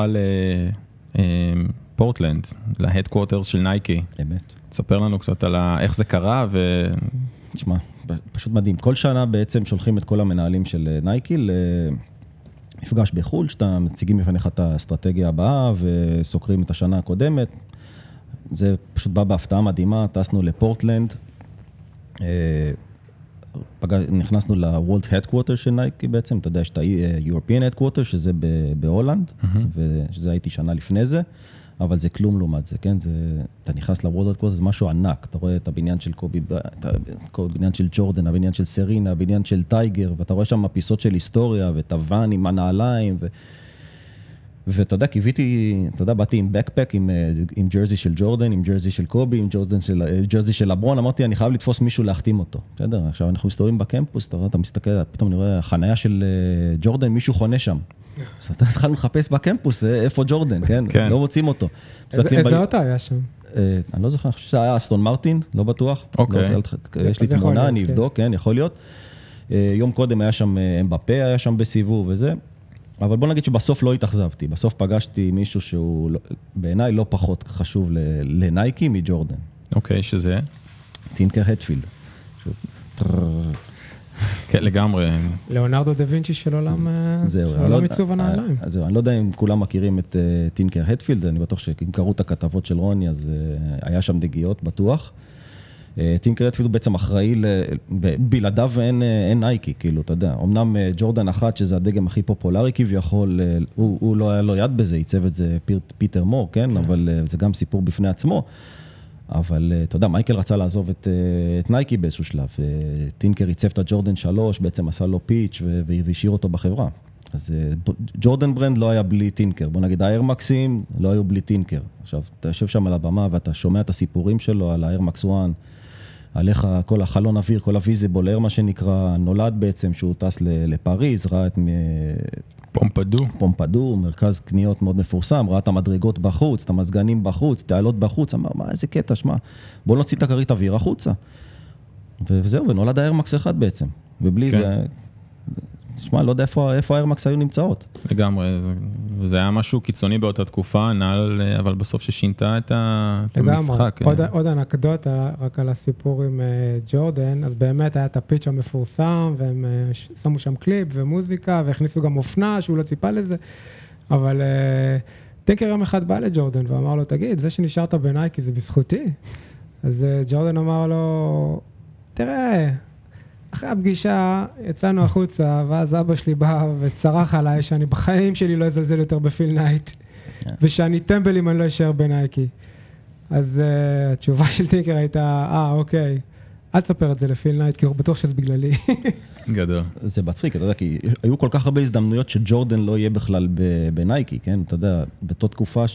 לפורטלנד, להדקוורטרס של נייקי. אמת. תספר לנו קצת על איך זה קרה, תשמע, פשוט מדהים. כל שנה בעצם שולחים את כל המנהלים של נייקי למפגש בחול, שאתה מציגים בפניך את האסטרטגיה הבאה, וסוקרים את השנה הקודמת. זה פשוט בא בהפתעה מדהימה, טסנו לפורטלנד, נכנסנו ל-World Headquarter של נייקי בעצם, אתה יודע, יש את ה-European Headquarter, שזה בהולנד, ושזה הייתי שנה לפני זה, אבל זה כלום לעומת זה, כן? אתה נכנס ל-World Headquarter, זה משהו ענק, אתה רואה את הבניין של קובי, את הבניין של ג'ורדן, הבניין של סרינה, הבניין של טייגר, ואתה רואה שם פיסות של היסטוריה, ואת הוואן עם הנעליים, ואתה יודע, באתי עם בקפק, עם ג'רזי של ג'ורדן, עם ג'רזי של קובי, עם ג'רזי של לברון, אמרתי, אני חייב לתפוס מישהו להחתים אותו. בסדר, עכשיו אנחנו מסתובבים בקמפוס, אתה מסתכל, פתאום אני רואה החנייה של ג'ורדן, מישהו חונה שם. אז אתה התחלנו לחפש בקמפוס, איפה ג'ורדן, כן? לא רוצים אותו. איזה אותה היה שם? אני לא זוכר, אני חושב שזה היה אסטון מרטין, לא בטוח. אוקיי. יש לי תמונה, אני אבדוק, כן, יכול להיות. יום קודם היה שם אמבפה, היה שם בסיבוב וזה. אבל בוא נגיד שבסוף לא התאכזבתי, בסוף פגשתי מישהו שהוא בעיניי לא פחות חשוב לנייקי מג'ורדן. אוקיי, שזה? טינקר הדפילד. כן, לגמרי. ליאונרדו דה וינצ'י של עולם עיצוב הנעליים. אז זהו, אני לא יודע אם כולם מכירים את טינקר הדפילד, אני בטוח שאם קראו את הכתבות של רוני, אז היה שם דגיעות, בטוח. טינקר הדפילד הוא בעצם אחראי, בלעדיו ואין נייקי, כאילו, אתה יודע, אמנם ג'ורדן 1, שזה הדגם הכי פופולרי כביכול, הוא לא היה לו יד בזה, ייצב את זה פיטר מור, כן? אבל זה גם סיפור בפני עצמו, אבל אתה יודע, מייקל רצה לעזוב את נייקי באיזשהו שלב, טינקר ייצב את הג'ורדן 3, בעצם עשה לו פיץ' והשאיר אותו בחברה. אז ג'ורדן ברנד לא היה בלי טינקר, בוא נגיד, האיירמקסים לא היו בלי טינקר. עכשיו, אתה יושב שם על הבמה ואתה שומע את הסיפורים שלו על האיירמקס 1, עליך כל החלון אוויר, כל הוויזיבול איר, מה שנקרא, נולד בעצם שהוא טס לפריז, ראה את פומפדו, מרכז קניות מאוד מפורסם, ראה את המדרגות בחוץ, את המזגנים בחוץ, תעלות בחוץ, אמר, מה, איזה קטע, שמה, בוא נוציא את הכרית אוויר החוצה. וזהו, ונולד האיירמקס 1 בעצם, ובלי זה, תשמע, לא יודע איפה האיירמקס היו נמצאות. לגמרי, זה היה משהו קיצוני באותה תקופה, נעל, אבל בסוף ששינתה את המשחק. עוד אנקדוטה, רק על הסיפור עם ג'ורדן, אז באמת היה את הפיץ' המפורסם, והם שמו שם קליפ ומוזיקה, והכניסו גם אופנה, שהוא לא ציפה לזה, אבל טינקר יום אחד בא לג'ורדן ואמר לו, תגיד, זה שנשארת בנייקי זה בזכותי? אז ג'ורדן אמר לו, תראה, אחרי הפגישה יצאנו החוצה, ואז אבא שלי בא וצרח עליי שאני בחיים שלי לא אזלזל יותר בפיל נייט, ושאני טמבל אם אני לא אשאר בנייקי. אז התשובה של טינקר הייתה, אוקיי, אל תספר את זה לפיל נייט, כי הוא בטוח שזה בגללי. גדול. זה מצחיק, אתה יודע, כי היו כל כך הרבה הזדמנויות שג'ורדן לא יהיה בכלל בנייקי, כן? אתה יודע, בתור תקופה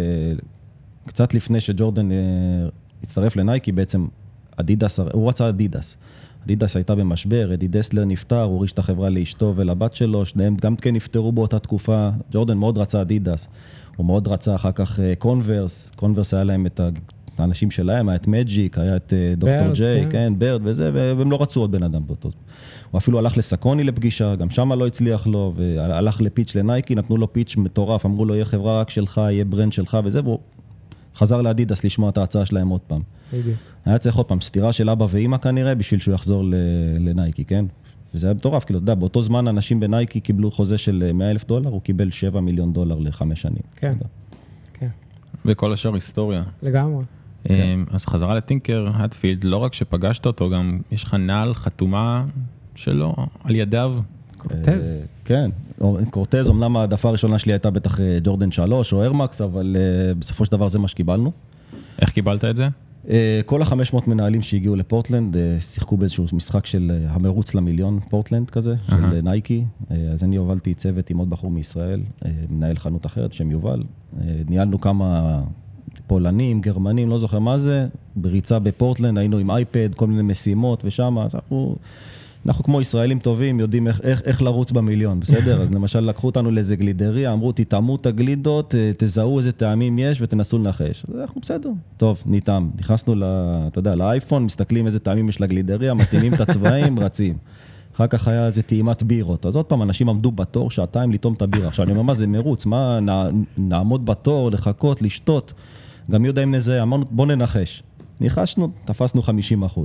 שקצת לפני שג'ורדן הצטרף לנייקי, בעצם אדידס, הוא רצה אדידס. אדידס הייתה במשבר, אדי דסלר נפטר, הוא הוריש את החברה לאשתו ולבת שלו, שניהם גם כן נפטרו באותה תקופה. ג'ורדן מאוד רצה אדידס, הוא מאוד רצה אחר כך קונברס היה להם את האנשים שלהם, היה את מג'יק, היה את דוקטור ג'יי, כן, ברד וזה, והם לא רצו עוד בן אדם באותו. הוא אפילו הלך לסקוני לפגישה, גם שם לא הצליח לו, והלך לפיץ' לנייקי, נתנו לו פיץ' מטורף, אמרו לו, יהיה חברה רק שלך, יהיה ברנד שלך וזה, והוא חזר לאדידס לשמוע את ההצעה שלהם עוד פעם. היה צריך עוד פעם סתירה של אבא ואמא כנראה, בשביל שהוא יחזור לנייקי, כן? וזה היה מטורף, כאילו, אתה יודע, באותו זמן אנשים בנייקי קיבלו חוזה של $100,000, הוא קיבל $7 מיליון ל5 שנים. כן, כן. וכל השאר היסטוריה. לגמרי. אז חזרה לטינקר, הדפילד, לא רק שפגשת אותו, גם יש לך נעל חתומה שלו על ידיו. קורטז. כן, קורטז, אמנם העדפה הראשונה שלי הייתה בטח ג'ורדן 3 או ארמקס, אבל בסופו של דבר זה מה שקיבלנו. איך קיבלת את זה? כל ה-500 מנהלים שהגיעו לפורטלנד, שיחקו באיזשהו משחק של המרוץ למיליון, פורטלנד כזה, של נייקי. אז אני הובלתי צוות עם עוד בחור מישראל, מנהל חנות אחרת, שם יובל. ניהלנו כמה פולנים, גרמנים, לא זוכר מה זה, בריצה בפורטלנד, היינו עם אייפד, כל מיני משימות ושם, אז אנחנו כמו ישראלים טובים, יודעים איך לרוץ במיליון, בסדר? אז למשל לקחו אותנו לאיזה גלידריה, אמרו, תטעמו את הגלידות, תזהו איזה טעמים יש ותנסו לנחש. אז אנחנו בסדר. טוב, ניתן. נכנסנו אתה יודע, לאייפון, מסתכלים איזה טעמים יש לגלידריה, מתאימים את הצבעים, רצים. אחר כך היה איזה טעימת בירות. אז עוד פעם, אנשים עמדו בתור שעתיים לטעום את הבירה. עכשיו, אני אומר, מה זה מרוץ? מה, נעמוד בתור, לחכות, לשתות? גם מי יודע אם נזהה, אמרנו, בוא ננחש. ניחשנו, תפסנו 50%.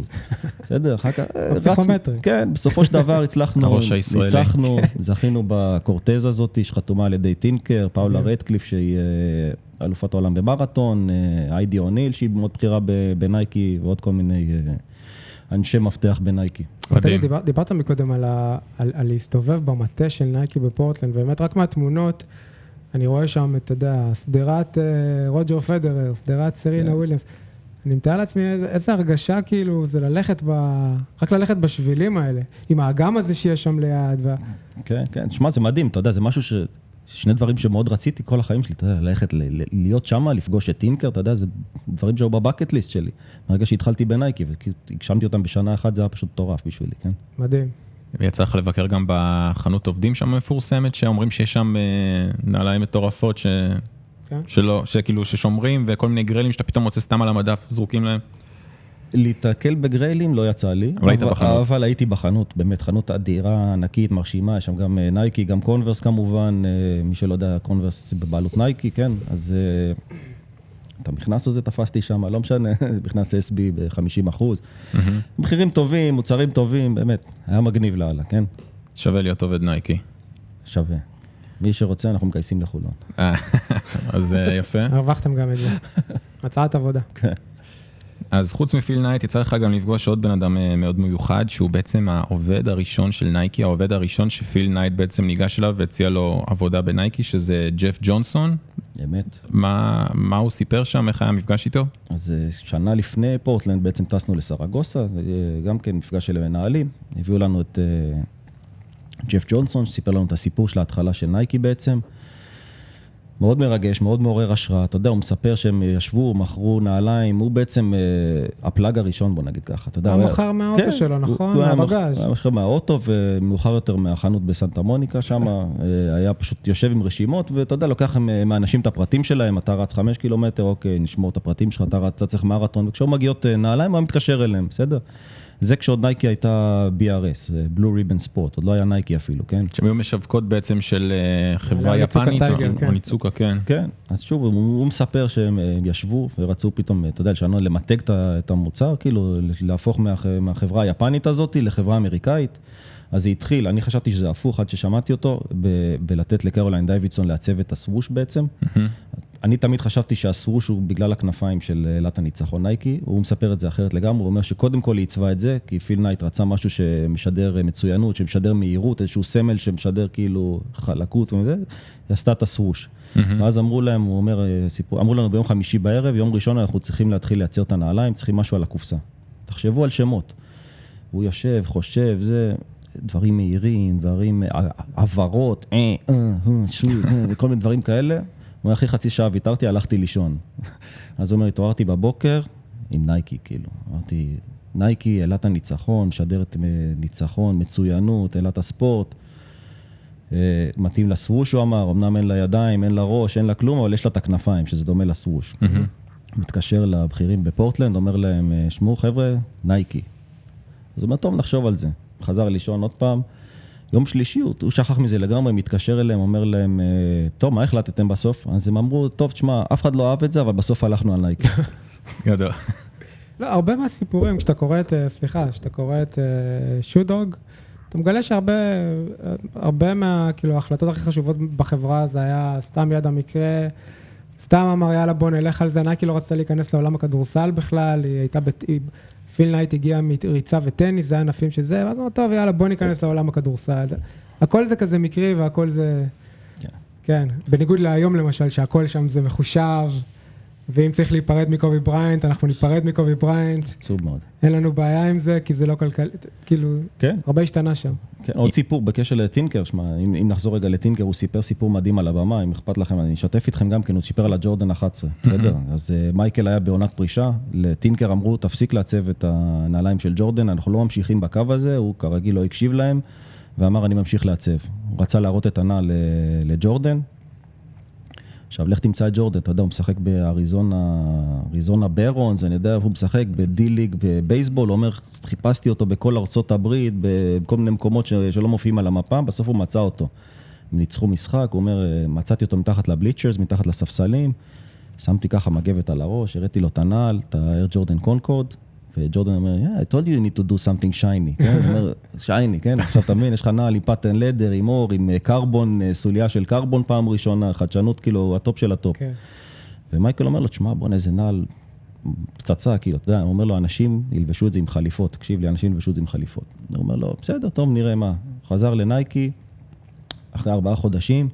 בסדר, אחר כך... פסיכומטרי. כן, בסופו של דבר הצלחנו, ניצחנו, זכינו בקורטז הזאת, שחתומה על ידי טינקר, פאולה רדקליף, שהיא אלופת העולם במרתון, איידי אוניל, שהיא מאוד בחירה בנייקי, ועוד כל מיני אנשי מפתח בנייקי. דיברת מקודם על להסתובב במטה של נייקי בפורטלנד, ובאמת רק מהתמונות, אני רואה שם, אתה יודע, סדרת רוג'ר פדרר, סדרת סרינה וויליאמס, אני מתאר לעצמי איזה הרגשה כאילו זה רק ללכת בשבילים האלה, עם האגם הזה שיש שם ליד. כן, כן, שמע, זה מדהים, אתה יודע, זה משהו שני דברים שמאוד רציתי כל החיים שלי, אתה יודע, ללכת, להיות שם, לפגוש את טינקר, אתה יודע, זה דברים שהיו בבקט ליסט שלי, ברגע שהתחלתי בנייקי, והגשמתי אותם בשנה אחת, זה היה פשוט טורף בשבילי, כן? מדהים. ויצא לך לבקר גם בחנות עובדים שם מפורסמת, שאומרים שיש שם נעליים מטורפות שכאילו ששומרים וכל מיני גרלים שאתה פתאום מוצא סתם על המדף, זרוקים להם. להתקל בגריילים לא יצא לי, אבל הייתי בחנות, באמת חנות אדירה, ענקית, מרשימה, יש שם גם נייקי, גם קונברס כמובן, מי שלא יודע, קונברס בבעלות נייקי, כן, אז את המכנס הזה תפסתי שם, לא משנה, מכנס SB ב-50%, מחירים טובים, מוצרים טובים, באמת, היה מגניב לעלה, כן? שווה להיות עובד נייקי. שווה. מי שרוצה, אנחנו מגייסים לחולון. אז יפה. הרווחתם גם את זה. הצעת עבודה. כן. אז חוץ מפיל נייט, יצא לך גם לפגוש עוד בן אדם מאוד מיוחד, שהוא בעצם העובד הראשון של נייקי, העובד הראשון שפיל נייט בעצם ניגש אליו והציע לו עבודה בנייקי, שזה ג'ף ג'ונסון. אמת. מה הוא סיפר שם, איך היה מפגש איתו? אז שנה לפני פורטלנד בעצם טסנו לסרגוסה, גם כן מפגש של מנהלים, הביאו לנו את ג'ף ג'ונסון, שסיפר לנו את הסיפור של ההתחלה של נייקי בעצם. מאוד מרגש, מאוד מעורר השראה. אתה יודע, הוא מספר שהם ישבו, מכרו נעליים, הוא בעצם הפלאג הראשון, בוא נגיד ככה. הוא מוכר מהאוטו שלו, נכון? מהבגז'. הוא מוכר מהאוטו, ומאוחר יותר מהחנות בסנטה מוניקה שם, היה פשוט יושב עם רשימות, ואתה יודע, לוקח מהאנשים את הפרטים שלהם, אתה רץ 5 קילומטר, אוקיי, נשמור את הפרטים שלך, אתה צריך מרתון, וכשהוא מגיעות נעליים, הוא מתקשר אליהם, בסדר? זה כשעוד נייקי הייתה BRS, Blue Ribbon Sport, עוד לא היה נייקי אפילו, כן? שהם היו משווקות בעצם של חברה יפנית, או ניצוקה, כן. כן, אז שוב, הוא מספר שהם ישבו ורצו פתאום, אתה יודע, למתג את המוצר, כאילו להפוך מהחברה היפנית הזאת לחברה אמריקאית. אז זה התחיל, אני חשבתי שזה הפוך, עד ששמעתי אותו, בלתת לקרוליין דיווידסון לעצב את הסווש בעצם. אני תמיד חשבתי שהסווש הוא בגלל הכנפיים של אלת הניצחון נייקי, הוא מספר את זה אחרת לגמרי, הוא אומר שקודם כל היא עיצבה את זה, כי פיל נייט רצה משהו שמשדר מצוינות, שמשדר מהירות, איזשהו סמל שמשדר כאילו חלקות וזה, היא עשתה את הסווש. ואז אמרו להם, הוא אומר, אמרו לנו ביום חמישי בערב, יום ראשון אנחנו צריכים להתחיל לייצר את הנעליים, צריכים משהו על הקופסה. תחשבו על שמות. הוא יושב, חושב, זה דברים מהירים, דברים, עברות, וכל מיני דברים כאלה. הוא אומר, אחרי חצי שעה ויתרתי, הלכתי לישון. אז הוא אומר, התעוררתי בבוקר עם נייקי, כאילו. אמרתי, נייקי, אלת הניצחון, משדרת ניצחון, מצוינות, אלת הספורט. מתאים לסווש, הוא אמר, אמנם אין לה ידיים, אין לה ראש, אין לה כלום, אבל יש לה את הכנפיים, שזה דומה לסווש. מתקשר לבכירים בפורטלנד, אומר להם, שמעו חבר'ה, נייקי. אז הוא אומר, טוב, נחשוב על זה. חזר לישון עוד פעם. יום שלישי, הוא שכח מזה לגמרי, מתקשר אליהם, אומר להם, טוב, מה החלטתם בסוף? אז הם אמרו, טוב, תשמע, אף אחד לא אהב את זה, אבל בסוף הלכנו על נייקי. גדול. לא, הרבה מהסיפורים, כשאתה קורא את שודוג, אתה מגלה שהרבה כאילו, ההחלטות הכי חשובות בחברה, זה היה סתם יד המקרה, סתם אמר, יאללה, בוא נלך על זה, נייקי לא רצתה להיכנס לעולם הכדורסל בכלל, היא הייתה פיל נייט הגיע מריצה וטניס, זה היה ענפים של זה, ואז אמר, טוב, יאללה, בוא ניכנס לעולם הכדורסל. הכל זה כזה מקרי, והכל זה... כן, בניגוד להיום למשל, שהכל שם זה מחושב, ואם צריך להיפרד מקובי בריינט, אנחנו ניפרד מקובי בריינט. עצוב מאוד. אין לנו בעיה עם זה, כי זה לא כלכלי, כאילו, הרבה השתנה שם. כן, עוד סיפור בקשר לטינקר, שמה, אם נחזור רגע לטינקר, הוא סיפר סיפור מדהים על הבמה, אם אכפת לכם, אני אשתף איתכם גם כן, הוא סיפר על הג'ורדן 11, בסדר? אז מייקל היה בעונת פרישה, לטינקר אמרו, תפסיק לעצב את הנעליים של ג'ורדן, אנחנו לא ממשיכים בקו הזה, הוא כרגיל לא הקשיב להם, ואמר, אני ממשיך לעצב. הוא רצה להראות את הנעל לג'ורדן, עכשיו, לך תמצא את ג'ורדן, אתה יודע, הוא משחק באריזונה ברונס, אני יודע, הוא משחק בדי-ליג בבייסבול, הוא אומר, חיפשתי אותו בכל ארצות הברית, בכל מיני מקומות שלא מופיעים על המפה, בסוף הוא מצא אותו. הם ניצחו משחק, הוא אומר, מצאתי אותו מתחת לבליצ'רס, מתחת לספסלים, שמתי ככה מגבת על הראש, הראיתי לו את הנעל, את האר ג'ורדן קונקורד, וג'ורדן אומר, I told you you need to do something shiny, כן? הוא אומר, shiny, כן? עכשיו תמיד, יש לך נעל עם פטן לדר, עם אור, עם קרבון, סוליה של קרבון פעם ראשונה, חדשנות, כאילו, הטופ של הטופ. ומייקל אומר לו, תשמע, בוא איזה נעל פצצה, כאילו, אתה יודע, הוא אומר לו, אנשים ילבשו את זה עם חליפות, תקשיב לי, אנשים ילבשו את זה עם חליפות. הוא אומר לו, בסדר, טוב, נראה מה. חזר לנייקי, אחרי 4 חודשים,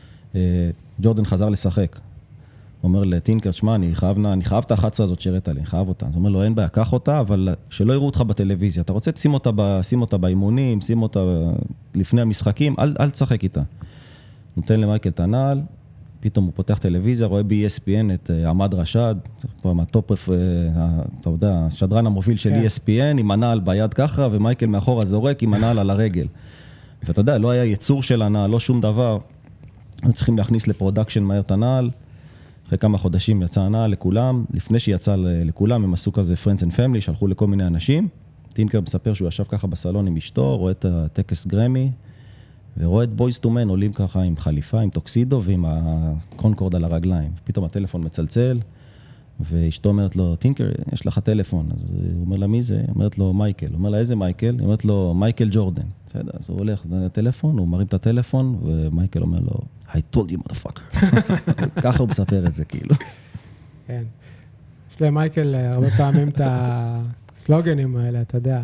ג'ורדן חזר לשחק. הוא אומר לטינקר, שמה, אני חייב את ה-11 הזאת שהראית לי, אני חייב אותה. אז הוא אומר לו, אין בעיה, קח אותה, אבל שלא יראו אותך בטלוויזיה. אתה רוצה, שים אותה באימונים, שים אותה לפני המשחקים, אל תשחק איתה. נותן למייקל את הנעל, פתאום הוא פותח טלוויזיה, רואה ב-ESPN את עמד רשד, הטופ, אתה יודע, השדרן המוביל של ESPN, עם הנעל ביד ככה, ומייקל מאחורה זורק עם הנעל על הרגל. ואתה יודע, לא היה יצור של הנעל, לא שום דבר. היו צריכים להכניס לפרודקשן מהר את הנעל. אחרי כמה חודשים יצא הנעל לכולם, לפני שיצא לכולם, הם עשו כזה Friends and Family, שלחו לכל מיני אנשים. טינקר מספר שהוא ישב ככה בסלון עם אשתו, רואה את הטקס גרמי, ורואה את בויז טו מן עולים ככה עם חליפה, עם טוקסידו ועם הקונקורד על הרגליים. פתאום הטלפון מצלצל, ואשתו אומרת לו, טינקר, יש לך טלפון. אז הוא אומר לה, מי זה? אומרת לו, מייקל. הוא אומר לה, איזה מייקל? היא אומרת לו, מייקל ג'ורדן. בסדר, אז הוא הולך לטלפון, הוא מרים את הטלפון, ומייקל אומר לו, I told you, motherfucker. ככה הוא מספר את זה, כאילו. כן. יש למייקל הרבה פעמים את הסלוגנים האלה, אתה יודע.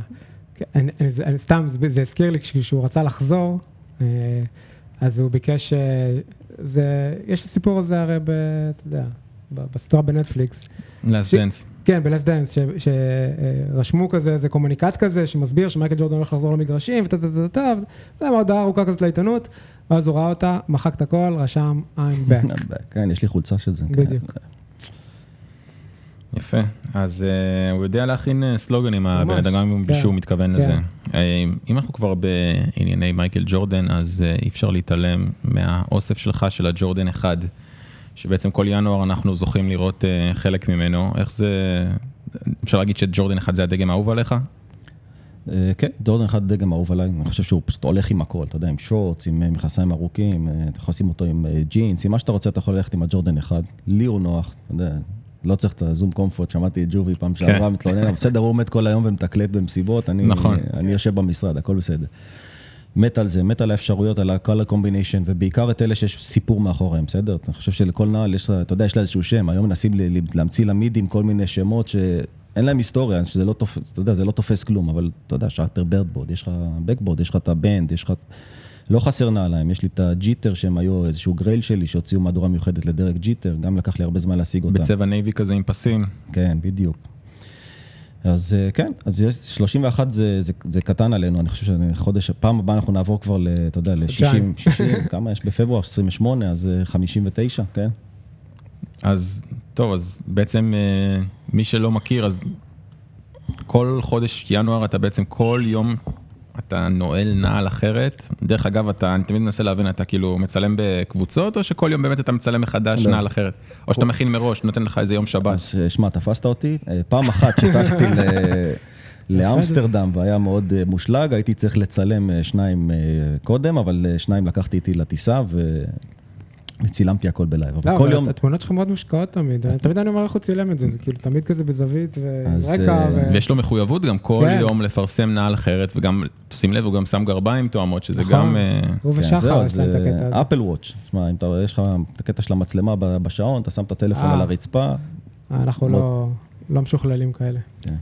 סתם, זה הזכיר לי, כשהוא רצה לחזור, אז הוא ביקש, יש סיפור הזה הרי, אתה יודע, בסדרה בנטפליקס. Last Dance. כן, ב-Last Dance, שרשמו כזה, זה קומוניקט כזה, שמסביר שמייקל ג'ורדן הולך לחזור למגרשים, וטטטטטט, זה היה הודעה ארוכה כזאת לעיתונות, ואז הוא ראה אותה, מחק את הכל, רשם, I'm back. כן, יש לי חולצה של זה. בדיוק. יפה, אז הוא יודע להכין סלוגנים, הבן אדם שהוא מתכוון לזה. אם אנחנו כבר בענייני מייקל ג'ורדן, אז אי אפשר להתעלם מהאוסף שלך של הג'ורדן 1, שבעצם כל ינואר אנחנו זוכים לראות חלק ממנו. איך זה, אפשר להגיד שג'ורדן 1 זה הדגם האהוב עליך? כן, ג'ורדן 1 דגם האהוב עליי, אני חושב שהוא פשוט הולך עם הכל, אתה יודע, עם שורטס, עם מכנסיים ארוכים, אתה יכול לשים אותו עם ג'ינס, עם מה שאתה רוצה, אתה יכול ללכת עם הג'ורדן 1, לי הוא נוח, אתה יודע, לא צריך את הזום קומפורט, שמעתי את ג'ובי פעם שעברה, מתלונן, בסדר, הוא עומד כל היום ומתקלט במסיבות, אני יושב במשרד, הכל בסדר. מת על זה, מת על האפשרויות, על ה-color combination, ובעיקר את אלה שיש סיפור מאחוריהם, בסדר? אני חושב שלכל נעל, אתה יודע, יש לה איזשהו שם, היום מנסים להמציא למידים כל מיני שמות שאין להם היסטוריה, שזה לא תופס, אתה יודע, זה לא תופס כלום, אבל אתה יודע, שאטר ברדבורד, יש לך בקבורד, יש לך את הבנד, יש לך, לא חסר נעליים, יש לי את הג'יטר שהם היו איזשהו גרייל שלי, שהוציאו מהדורה מיוחדת לדרג ג'יטר, גם לקח לי הרבה זמן להשיג אותם. בצבע נייבי כזה עם פסים. כן, בדיוק. אז כן, אז 31 זה קטן עלינו, אני חושב שחודש, פעם הבאה אנחנו נעבור כבר, אתה יודע, ל-60, כמה יש בפברואר, 28, אז 59, כן? אז טוב, אז בעצם מי שלא מכיר, אז כל חודש ינואר אתה בעצם כל יום אתה נועל נעל אחרת. דרך אגב, אני תמיד מנסה להבין, אתה כאילו מצלם בקבוצות, או שכל יום באמת אתה מצלם מחדש נעל אחרת? או שאתה מכין מראש, נותן לך איזה יום שבת? אז שמע, תפסת אותי. פעם אחת שטסתי לאמסטרדם, והיה מאוד מושלג, הייתי צריך לצלם 2 קודם, אבל 2 לקחתי איתי לטיסה, וצילמתי הכל בלייב. לא, אבל התמונות שלך מאוד מושקעות תמיד. תמיד אני אומר איך הוא צילם את זה, זה כאילו תמיד כזה בזווית ורקע. ויש לו מחויבות גם כל יום לפרסם נעל אחרת, וגם, תשים לב, הוא גם שם גרביים תואמות, שזה גם... הוא ושחר יש להם את הקטע הזה. אפל וואץ', שמע, אם יש לך את הקטע של המצלמה בשעון, אתה שם את הטלפון על הרצפה. אנחנו לא משוכללים כאלה.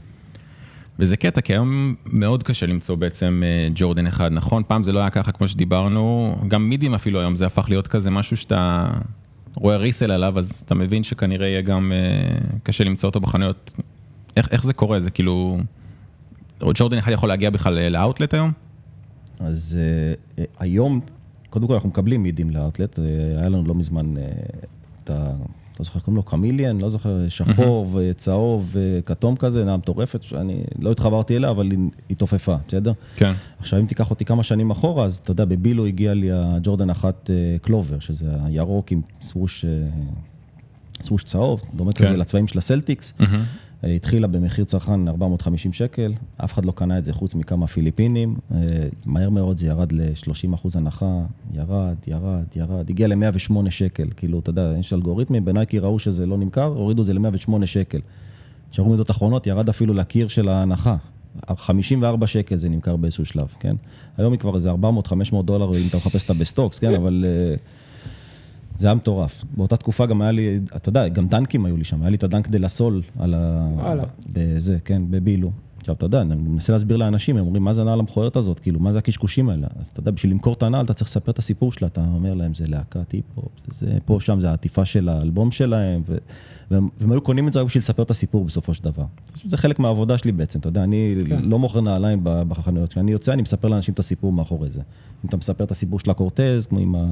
וזה קטע, כי היום מאוד קשה למצוא בעצם ג'ורדן אחד, נכון? פעם זה לא היה ככה כמו שדיברנו, גם מידים אפילו היום, זה הפך להיות כזה משהו שאתה רואה ריסל עליו, אז אתה מבין שכנראה יהיה גם קשה למצוא אותו בחנויות. איך זה קורה? זה כאילו, ג'ורדן אחד יכול להגיע בכלל לאוטלט היום? אז היום, קודם כל אנחנו מקבלים מידים לאוטלט, היה לנו לא מזמן את ה... לא זוכר, קוראים לו קמיליאן, לא זוכר, שחור וצהוב וכתום כזה, נעה מטורפת, שאני לא התחברתי אליה, אבל היא תופפה, בסדר? כן. עכשיו, אם תיקח אותי כמה שנים אחורה, אז אתה יודע, בבילו הגיע לי הג'ורדן 1 קלובר, שזה הירוק עם סווש צהוב, דומה כזה לצבעים של הסלטיקס, התחילה במחיר צרכן 450 שקל, אף אחד לא קנה את זה חוץ מכמה פיליפינים, מהר מאוד זה ירד ל-30% הנחה, ירד, הגיע ל-108 שקל, כאילו, אתה יודע, יש אלגוריתמים, בנייקי ראו שזה לא נמכר, הורידו את זה ל-108 שקל. שערו מידות אחרונות, ירד אפילו לקיר של ההנחה, 54 שקל זה נמכר באיזשהו שלב, כן? היום היא כבר איזה 400-500 דולר, אם אתה מחפש אותה בסטוקס, כן? אבל... זה היה מטורף. באותה תקופה גם היה לי, אתה יודע, גם דנקים היו לי שם, היה לי את הדנק דה לסול על בזה, כן, בבילו. עכשיו, אתה יודע, אני מנסה להסביר לאנשים, הם אומרים, מה זה הנעל המכוערת הזאת? כאילו, מה זה הקשקושים האלה? אז אתה יודע, בשביל למכור את הנעל, אתה צריך לספר את הסיפור שלה, אתה אומר להם, זה להקת היפ-הופ, זה פה, שם, זה העטיפה של האלבום שלהם, והם היו קונים את זה רק בשביל לספר את הסיפור בסופו של דבר. זה חלק מהעבודה שלי בעצם, אתה יודע, אני לא מוכר נעליים בחנויות, כשאני יוצא, אני מספר לאנשים את הסיפור מאחורי זה. אם אתה מספר את הסיפור של הקורטז, כמו עם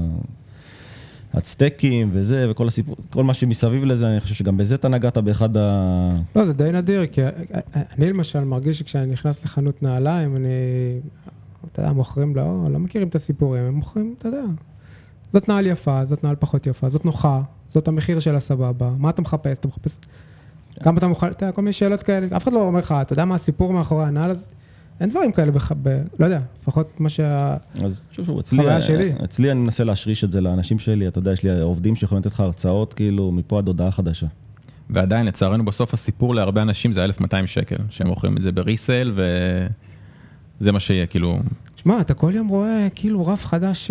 הצטקים וזה, וכל הסיפור, כל מה שמסביב לזה, אני חושב שגם בזה אתה נגעת באחד לא, זה די נדיר, כי אני למשל מרגיש שכשאני נכנס לחנות נעליים, אתה יודע, מוכרים לא מכירים את הסיפורים, הם מוכרים, אתה יודע, זאת נעל יפה, זאת נעל פחות יפה, זאת נוחה, זאת המחיר של הסבבה, מה אתה מחפש? אתה מחפש, כמה אתה מוכן, אתה יודע, כל מיני שאלות כאלה, אף אחד לא אומר לך, אתה יודע מה הסיפור מאחורי הנעל הזה? אין דברים כאלה, לא יודע, לפחות מה שהחוויה שלי. אצלי אני מנסה להשריש את זה לאנשים שלי, אתה יודע, יש לי עובדים שיכולים לתת לך הרצאות, כאילו, מפה עד הודעה חדשה. ועדיין, לצערנו, בסוף הסיפור להרבה אנשים זה 1,200 שקל, שהם מוכרים את זה בריסל, וזה מה שיהיה, כאילו... שמע, אתה כל יום רואה, כאילו, רף חדש,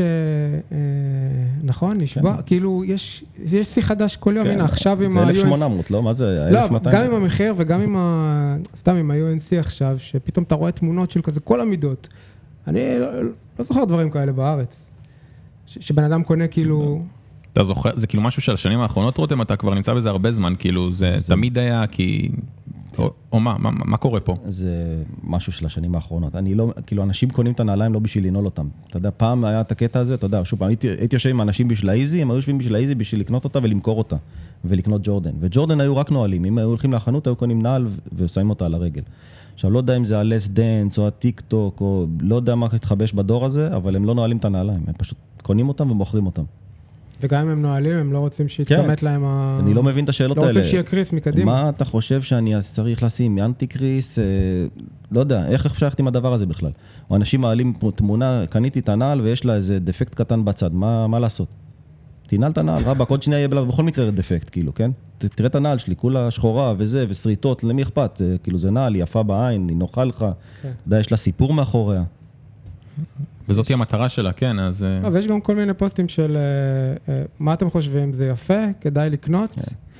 נכון, נשבע, כאילו, יש שיא חדש כל יום, הנה, עכשיו עם ה-UNC... זה 1,800, לא? מה זה? 1,200? לא, גם עם המחיר וגם עם סתם עם ה-UNC עכשיו, שפתאום אתה רואה תמונות של כזה, כל המידות. אני לא זוכר דברים כאלה בארץ, שבן אדם קונה כאילו... אתה זוכר, זה כאילו משהו של השנים האחרונות, רותם, אתה כבר נמצא בזה הרבה זמן, כאילו, זה תמיד היה, כי... או מה קורה פה? זה משהו של השנים האחרונות. אני לא, כאילו, אנשים קונים את הנעליים לא בשביל לנעול אותם. אתה יודע, פעם היה את הקטע הזה, אתה יודע, שוב, הייתי יושב עם אנשים בשביל האיזי, הם היו יושבים בשביל האיזי בשביל לקנות אותה ולמכור אותה, ולקנות ג'ורדן. וג'ורדן היו רק נועלים. אם היו הולכים לחנות, היו קונים נעל ושמים אותה על הרגל. עכשיו, לא יודע אם זה ה-Less Dance או הטיק טוק, או לא יודע מה התחבש בדור הזה, אבל הם לא נועלים את הנעליים. הם פשוט קונים אותם ומוכרים אותם. וגם אם הם נועלים, הם לא רוצים שיתקמת להם אני לא מבין את השאלות האלה. לא רוצים שיהיה קריס מקדימה. מה אתה חושב שאני צריך לשים אנטי קריס? לא יודע, איך אפשר עם הדבר הזה בכלל? או אנשים מעלים תמונה, קניתי את הנעל ויש לה איזה דפקט קטן בצד, מה לעשות? תנעל את הנעל, רבק, עוד שנייה יהיה בכל מקרה דפקט, כאילו, כן? תראה את הנעל שלי, כולה שחורה וזה, ושריטות, למי אכפת? כאילו זה נעל, היא יפה בעין, היא נוחה לך, יש לה סיפור מאחוריה. וזאת היא המטרה שלה, כן, אז... ויש גם כל מיני פוסטים של מה אתם חושבים, זה יפה, כדאי לקנות.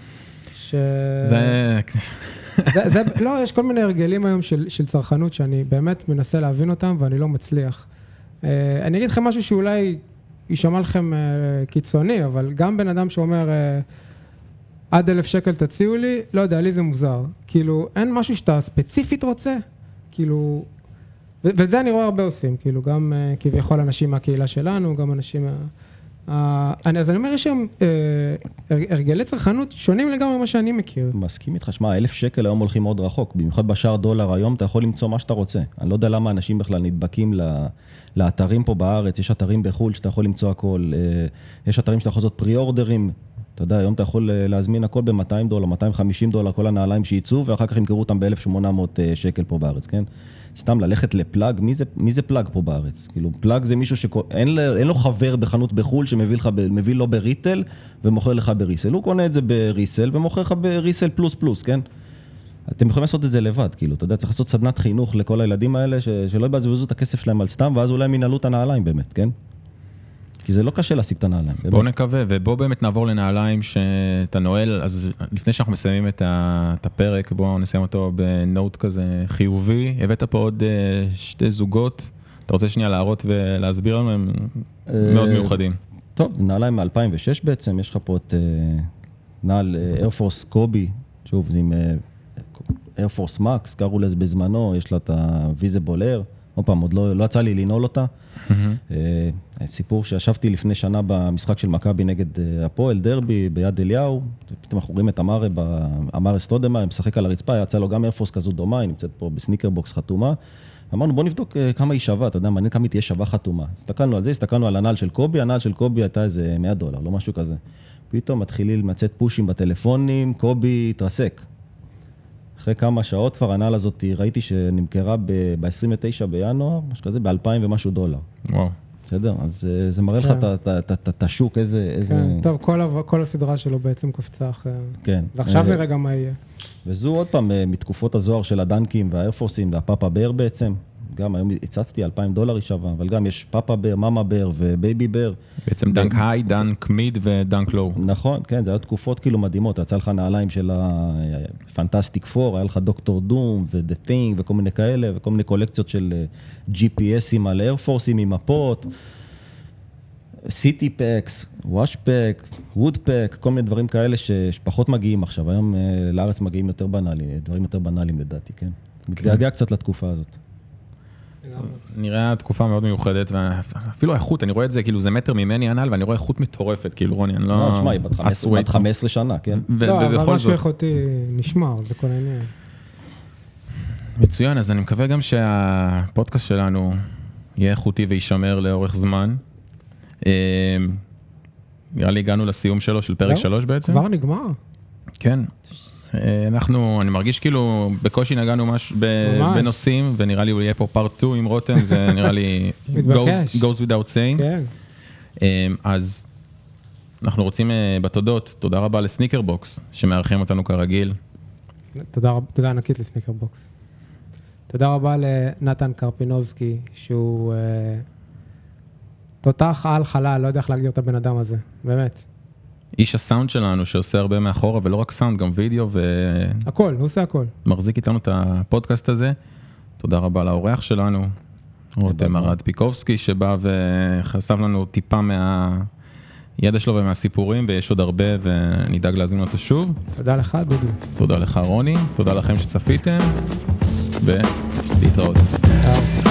לא, יש כל מיני הרגלים היום של צרכנות שאני באמת מנסה להבין אותם ואני לא מצליח. אני אגיד לכם משהו שאולי יישמע לכם קיצוני, אבל גם בן אדם שאומר עד 1,000 שקל תציעו לי, לא יודע, לי זה מוזר. כאילו, אין משהו שאתה ספציפית רוצה, כאילו, וזה אני רואה הרבה עושים, כאילו, גם כביכול אנשים מהקהילה שלנו, גם אנשים אז אני אומר, יש שם הרגלי צרכנות שונים לגמרי מה שאני מכיר. מסכים איתך, שמה, 1,000 שקל היום הולכים מאוד רחוק, במיוחד בשער דולר היום, אתה יכול למצוא מה שאתה רוצה. אני לא יודע למה אנשים בכלל נדבקים לאתרים פה בארץ, יש אתרים בחול שאתה יכול למצוא הכל, יש אתרים שאתה יכול לעשות פרי-אורדרים, אתה יודע, היום אתה יכול להזמין הכל ב$200, $250, כל הנעליים שייצאו, ואחר כך ימכרו אותם ב-1,800 שקל פה בארץ, כן? סתם ללכת לפלאג, מי זה פלאג פה בארץ? כאילו, פלאג זה מישהו שאין לו חבר בחנות בחול שמביא לו בריטל ומוכר לך בריסל. הוא קונה את זה בריסל ומוכר לך בריסל פלוס פלוס, כן? אתם יכולים לעשות את זה לבד, כאילו, אתה יודע, צריך לעשות סדנת חינוך לכל הילדים האלה, שלא יבזבזו את הכסף שלהם על סתם, ואז אולי הם ינעלו את הנעליים באמת, כן? כי זה לא קשה להשיג את הנעליים. בואו נקווה, ובואו באמת נעבור לנעליים שאתה נועל, אז לפני שאנחנו מסיימים את הפרק, בואו נסיים אותו בנוט כזה חיובי. הבאת פה עוד 2 זוגות, אתה רוצה שנייה להראות ולהסביר לנו, הם מאוד מיוחדים. טוב, זה נעליים מ-2006 בעצם, יש לך פה את נעל איירפורס קובי, שוב, עם איירפורס מקס, קראו לזה בזמנו, יש לה את ה-Visible Air, עוד פעם, עוד לא יצא לי לנעול אותה. סיפור שישבתי לפני שנה במשחק של מכבי נגד הפועל, דרבי, ביד אליהו, פתאום אנחנו רואים את אמר סטודמה, משחק על הרצפה, יצא לו גם איירפורס כזו דומה, היא נמצאת פה בסניקר בוקס חתומה. אמרנו, בוא נבדוק כמה היא שווה, אתה יודע, מעניין כמה היא תהיה שווה חתומה. הסתכלנו על זה, הסתכלנו על הנעל של קובי, הנעל של קובי הייתה איזה $100, לא משהו כזה. פתאום מתחילים לצאת פושים בטלפונים, קובי התרסק. אחרי כמה שעות כבר הנעל הזאת, ראיתי שנמכרה ב-29 בינואר, משהו כזה, $2,000 ומשהו. וואו. בסדר? אז זה מראה לך את השוק, איזה... טוב, כל הסדרה שלו בעצם קופצה אחרי... כן. ועכשיו נראה גם מה יהיה. וזו עוד פעם מתקופות הזוהר של הדנקים והאיירפורסים, והפאפה בר בעצם. גם היום הצצתי $2,000 היא שווה, אבל גם יש פאפה בר, מאמה בר ובייבי בר. בעצם דנק היי, דנק מיד ודנק לואו. נכון, כן, זה היה תקופות כאילו מדהימות. יצא לך נעליים של הפנטסטיק פור, היה לך דוקטור דום ודה טינג וכל מיני כאלה, וכל מיני קולקציות של GPSים על איירפורסים עם מפות. סיטי פקס, וואש פק, ווד פק, כל מיני דברים כאלה שפחות מגיעים עכשיו. היום לארץ מגיעים יותר בנאליים, דברים יותר בנאליים לדעתי, כן. מתגעגע קצת לתקופה הזאת. נראה תקופה מאוד מיוחדת, ואפילו האיכות, אני רואה את זה, כאילו זה מטר ממני הנעל, ואני רואה איכות מטורפת, כאילו רוני, אני לא... תשמע, היא בת 15 שנה, כן? לא, אבל משהו איכותי נשמר, זה כל העניין. מצוין, אז אני מקווה גם שהפודקאסט שלנו יהיה איכותי וישמר לאורך זמן. נראה לי הגענו לסיום שלו, של פרק 3 בעצם. כבר נגמר? כן. אני מרגיש כאילו בקושי נגענו בנושאים, ונראה לי הוא יהיה פה פארט 2 עם רותם, זה נראה לי goes without saying. אז אנחנו רוצים בתודות, תודה רבה לסניקר בוקס, שמארחים אותנו כרגיל. תודה ענקית לסניקר בוקס. תודה רבה לנתן קרפינובסקי, שהוא תותח על חלל, לא יודע איך להגדיר את הבן אדם הזה, באמת. איש הסאונד שלנו שעושה הרבה מאחורה, ולא רק סאונד, גם וידאו הכל, הוא עושה הכל. מחזיק איתנו את הפודקאסט הזה. תודה רבה לאורח שלנו, רותם ארד פיקובסקי, שבא וחשף לנו טיפה מהידע שלו ומהסיפורים, ויש עוד הרבה, ונדאג להזמין אותו שוב. תודה לך, דודו. תודה לך, רוני. תודה לכם שצפיתם, ולהתראות.